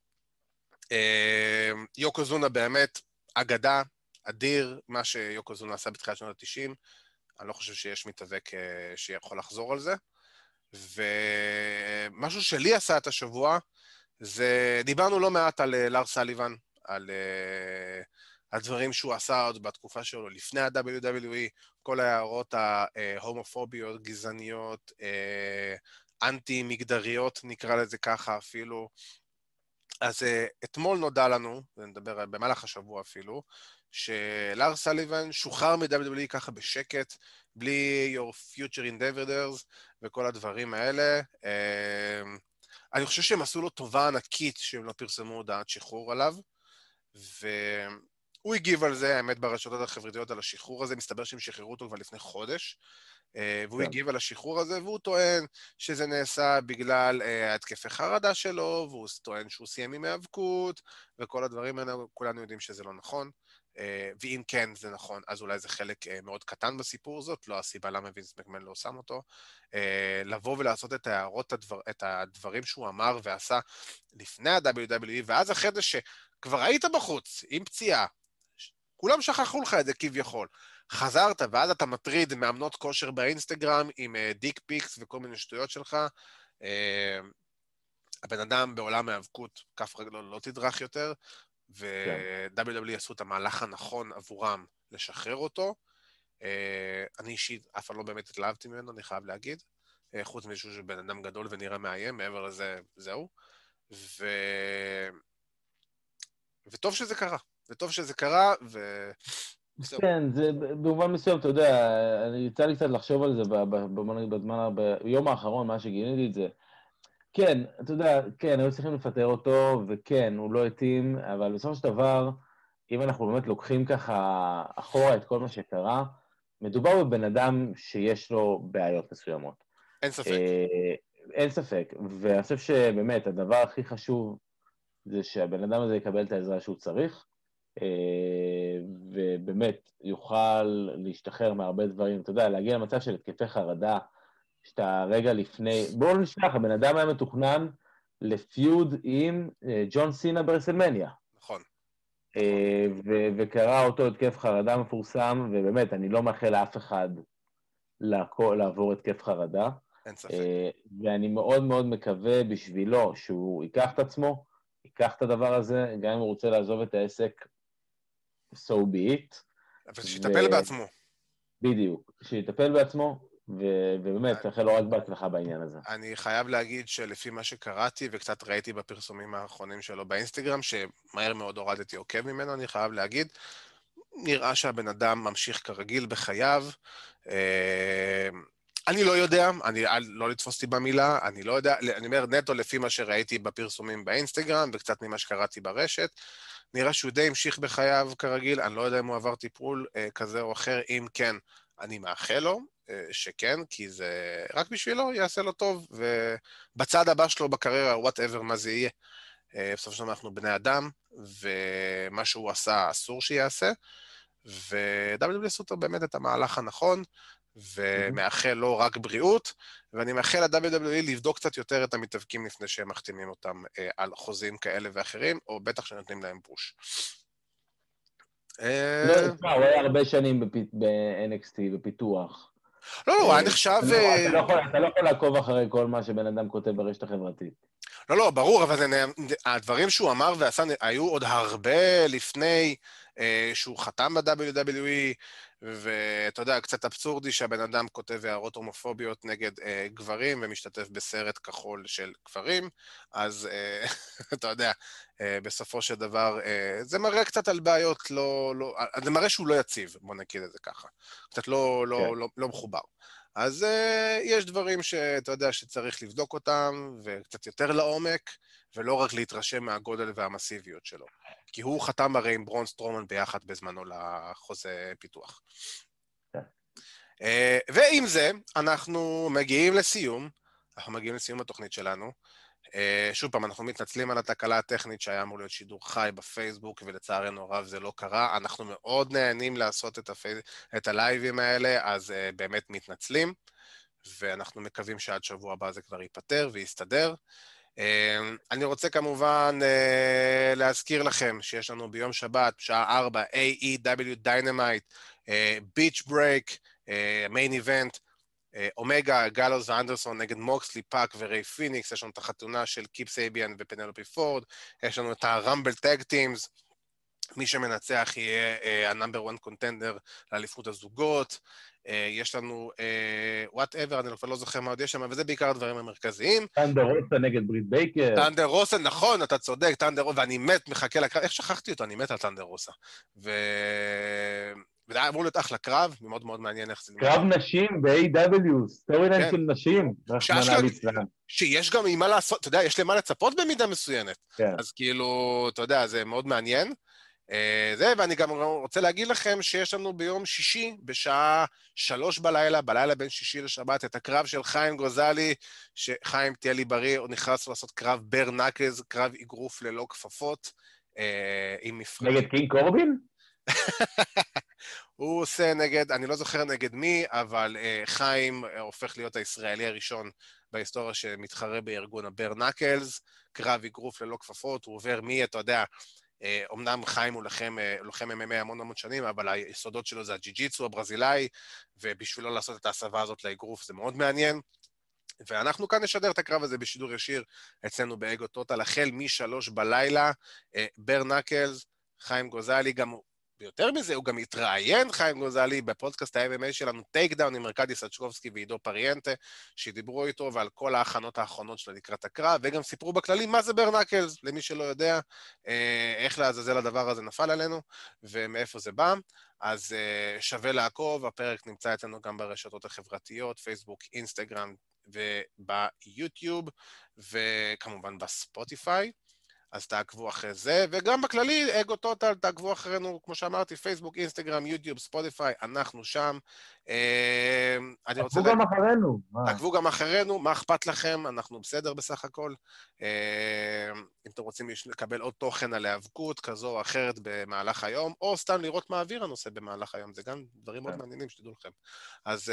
Speaker 1: יוקוזונה באמת אגדה, אדיר, מה שיוקוזונה עשה בתחילת שנות ה-90, אני לא חושב שיש מתאבק שיכול לחזור על זה. ומשהו שלי עשה את השבוע, זה דיברנו לא מעט על לאר סליבן, על הדברים שהוא עשה עוד בתקופה שלו לפני ה-WWE, כל ההערות ההומופוביות, גזעניות, אנטי-מגדריות, נקרא לזה ככה אפילו, אז אתמול נודע לנו, ונדבר במהלך השבוע אפילו, שלאר סליבן שוחרר מ-WWE ככה בשקט, בלי your future endeavors וכל הדברים האלה. אני חושב שהם עשו לו טובה ענקית שהם לא פרסמו הודעת שחרור עליו, והוא הגיב על זה, האמת, ברשתות החברתיות על השחרור הזה, מסתבר שהם שחררו אותו כבר לפני חודש, והוא
Speaker 2: כן.
Speaker 1: הגיב על השחרור הזה, והוא טוען שזה נעשה בגלל התקפי חרדה שלו, והוא טוען שהוא סיים עם היאבקות, וכל הדברים האלה, כולנו יודעים שזה לא נכון, ואם כן זה נכון, אז אולי זה חלק מאוד קטן בסיפור הזאת, לא הסיבה למה וינס מקמן לא שם אותו, לבוא ולעשות את הדברים שהוא אמר ועשה לפני ה-WWE, ואז אחרי זה שכבר היית בחוץ, עם פציעה, כולם שכחו לך את זה כביכול. חזרת, ואז אתה מטריד מאמנות כושר באינסטגרם עם דיק פיקס וכל מיני שטויות שלך. הבן אדם בעולם ההיאבקות, כף רגלו לא תדרך יותר,
Speaker 2: כן.
Speaker 1: ו-WWE עשו את המהלך הנכון עבורם לשחרר אותו. אני אישית אף פעם לא באמת התלהבתי ממנו, אני חייב להגיד. חוץ מישהו שבן אדם גדול ונראה מאיים, מעבר לזה, זהו. וטוב שזה קרה. וטוב שזה קרה,
Speaker 2: כן, זה במובן מסוים, אתה יודע, אני יצא לי קצת לחשוב על זה ביום האחרון, מה שגיליתי את זה. כן, אתה יודע, כן, היו צריכים לפטר אותו, וכן, הוא לא התאים, אבל בסופו של דבר, אם אנחנו באמת לוקחים ככה אחורה את כל מה שקרה, מדובר בבן אדם שיש לו בעיות מסוימות.
Speaker 1: אין ספק.
Speaker 2: אין ספק, ואני חושב שבאמת הדבר הכי חשוב זה שהבן אדם הזה יקבל את העזרה שהוא צריך, ובאמת יוכל להשתחרר מהרבה דברים, אתה יודע, להגיע למצב של התקפי חרדה, שאתה רגע לפני, בואו נשכח, הבן אדם היה מתוכנן לפיוד עם ג'ון סינה ברסלמניה.
Speaker 1: נכון.
Speaker 2: וקרה אותו התקף חרדה מפורסם, ובאמת, אני לא מאחל לאף אחד לעבור התקף חרדה.
Speaker 1: אין ספק.
Speaker 2: ואני מאוד מאוד מקווה בשבילו שהוא ייקח את עצמו, ייקח את הדבר הזה, גם אם הוא רוצה לעזוב את העסק, so be it.
Speaker 1: ושיטפל בעצמו.
Speaker 2: בדיוק, שיטפל בעצמו, ובאמת, תאחל לו רק בהצלחה בעניין הזה.
Speaker 1: אני חייב להגיד שלפי מה שקראתי וקצת ראיתי בפרסומים האחרונים שלו באינסטגרם, שמהר מאוד הורדתי עוקב ממנו, אני חייב להגיד, נראה שהבן אדם ממשיך כרגיל בחייו. אני לא יודע, לא לתפוס אותי במילה, אני לא יודע, אני אומר נטו לפי מה שראיתי בפרסומים באינסטגרם וקצת ממה שקראתי ברשת, נראה שהוא די המשיך בחייו כרגיל, אני לא יודע אם הוא עבר טיפול כזה או אחר, אם כן, אני מאחל לו שכן, כי זה רק בשבילו יעשה לו טוב, ובצד הבא שלו בקריירה, whatever מה זה יהיה, בסוף שלנו אנחנו בני אדם, ומה שהוא עשה אסור שיעשה, ו-WWE עשו אותו באמת את המהלך הנכון, ומאחל לו רק בריאות, ואני מאחל ל-WWE לבדוק קצת יותר את המתאבקים לפני שהם מחתימים אותם על חוזים כאלה ואחרים, או בטח שנותנים להם פוש.
Speaker 2: לא, הוא היה הרבה שנים ב-NXT, בפיתוח.
Speaker 1: לא, הוא היה נחשב...
Speaker 2: אתה לא יכול לעקוב אחרי כל מה שבן אדם כותב ברשת החברתית.
Speaker 1: לא, ברור, אבל הדברים שהוא אמר ועשה היו עוד הרבה לפני שהוא חתם ב-WWE, ואתה יודע, קצת אבסורדי שהבן אדם כותב הערות הומופוביות נגד גברים ומשתתף בסרט כחול של גברים, אז אתה יודע, בסופו של דבר, זה מראה קצת על בעיות, זה מראה שהוא לא יציב, בוא נגיד את זה ככה, קצת לא מחובר. אז יש דברים שאתה יודע שצריך לבדוק אותם, וקצת יותר לעומק, ולא רק להתרשם מהגודל והמסיביות שלו. כי הוא חתם הרי עם ברון סטרומן ביחד בזמנו לחוזה פיתוח. ועם זה, אנחנו מגיעים לסיום התוכנית שלנו. שוב פעם, אנחנו מתנצלים על התקלה הטכנית שהיה אמור להיות שידור חי בפייסבוק, ולצערנו הרב זה לא קרה. אנחנו מאוד נהנים לעשות את הלייבים האלה, אז באמת מתנצלים, ואנחנו מקווים שעד שבוע הבא זה כבר ייפטר ויסתדר. אני רוצה כמובן להזכיר לכם שיש לנו ביום שבת, בשעה 4, AEW Dynamite, Beach Break, Main Event, אומגה, גלוס ואנדרסון נגד מוקסלי, פאק וריי פיניקס, יש לנו את החתונה של קיפ סייביאן ופנלופי פורד, יש לנו את הרמבל טאג טימס, מי שמנצח יהיה ה-number one contender לאליפות הזוגות, יש לנו whatever, אני כבר לא זוכר מה עוד יש שם, וזה בעיקר הדברים המרכזיים.
Speaker 2: טנדר רוסה נגד ברית בייקר.
Speaker 1: טנדר רוסה, נכון, אתה צודק, טנדר רוסה, ואני מת, מחכה לקרב, איך שכחתי אותו, אני מת על טנדר רוסה. וזה היה אמור להיות אחלה קרב, מאוד מאוד מעניין איך זה...
Speaker 2: קרב נשים ב-AW, סטורי ליין
Speaker 1: כן.
Speaker 2: של נשים, רחמנא ליצלן.
Speaker 1: שיש גם מה לעשות, אתה יודע, יש למה לצפות במידה מסוימת.
Speaker 2: כן.
Speaker 1: אז כאילו, אתה יודע, זה מאוד מעניין. זה, ואני גם רוצה להגיד לכם שיש לנו ביום שישי, בשעה 3 בלילה בין שישי לשבת, את הקרב של חיים גוזלי, שחיים תהיה לי בריא, הוא נכנס לעשות קרב בר נקז, קרב אגרוף ללא כפפות, עם מפרק.
Speaker 2: נגד קינג קורבין?
Speaker 1: הוא עושה נגד, אני לא זוכר נגד מי, אבל חיים הופך להיות הישראלי הראשון בהיסטוריה שמתחרה בארגון הבר נקלס, קרב אגרוף ללא כפפות, הוא עובר מי, אתה יודע, אמנם חיים הוא לוחם MMA המון המון שנים, אבל היסודות שלו זה הג'י-ג'יצו הברזילאי, ובשבילו לעשות את ההסבה הזאת לאגרוף זה מאוד מעניין. ואנחנו כאן נשדר את הקרב הזה בשידור ישיר אצלנו באגו טוטל, החל מ-3 בלילה, בר נקלס, חיים גוזלי, גם ביותר מזה, הוא גם התראיין, חיים גוזלי, בפודקאסט ה-MMA שלנו, טייק דאון עם מרקדי סצ'קובסקי ועידו פריאנטה, שדיברו איתו ועל כל ההכנות האחרונות שלו לקראת הקרב, וגם סיפרו בכללי מה זה בר נקלס, למי שלא יודע, איך לעזאזל הדבר הזה נפל עלינו, ומאיפה זה בא. אז שווה לעקוב, הפרק נמצא אצלנו גם ברשתות החברתיות, פייסבוק, אינסטגרם וביוטיוב, וכמובן בספוטיפיי. אז תעקבו אחרי זה, וגם בכללי, אגו טוטל, תעקבו אחרינו, כמו שאמרתי, פייסבוק, אינסטגרם, יוטיוב, ספוטיפיי, אנחנו שם.
Speaker 2: תעקבו גם אחרינו.
Speaker 1: תעקבו גם אחרינו, מה אכפת לכם? אנחנו בסדר בסך הכל. אם אתם רוצים לקבל עוד תוכן על היאבקות כזו או אחרת במהלך היום, או סתם לראות מה אוויר הנושא במהלך היום, זה גם דברים מאוד מעניינים שתדעו לכם. אז...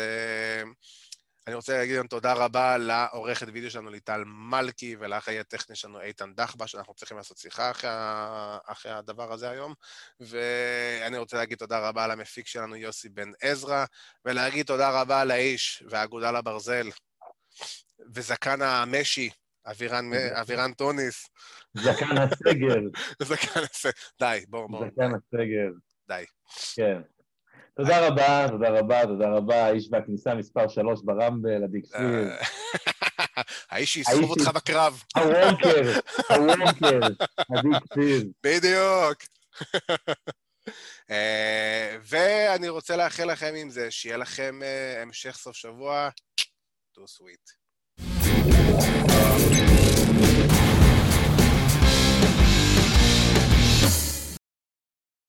Speaker 1: אני רוצה להגיד גם תודה רבה לעורכת וידאו שלנו ליטל מלכי ולאחראי הטכני שלנו איתן דחבה, שאנחנו צריכים לעשות שיחה אחרי הדבר הזה היום, ואני רוצה להגיד תודה רבה למפיק שלנו יוסי בן עזרא, ולהגיד תודה רבה לאיש והאגודה לברזל, וזקן המשי, אבירן טוניס.
Speaker 2: זקן הסגר.
Speaker 1: זקן הסגר. די, בואו.
Speaker 2: זקן הסגר.
Speaker 1: די.
Speaker 2: כן. תודה רבה, תודה רבה, תודה רבה. האיש והכניסה מספר 3 ברמבל, הביג פיר.
Speaker 1: האיש שיסחוב אותך בקרב.
Speaker 2: הוונקר, הביג פיר.
Speaker 1: בדיוק. ואני רוצה לאחל לכם עם זה, שיהיה לכם המשך סוף שבוע. too sweet.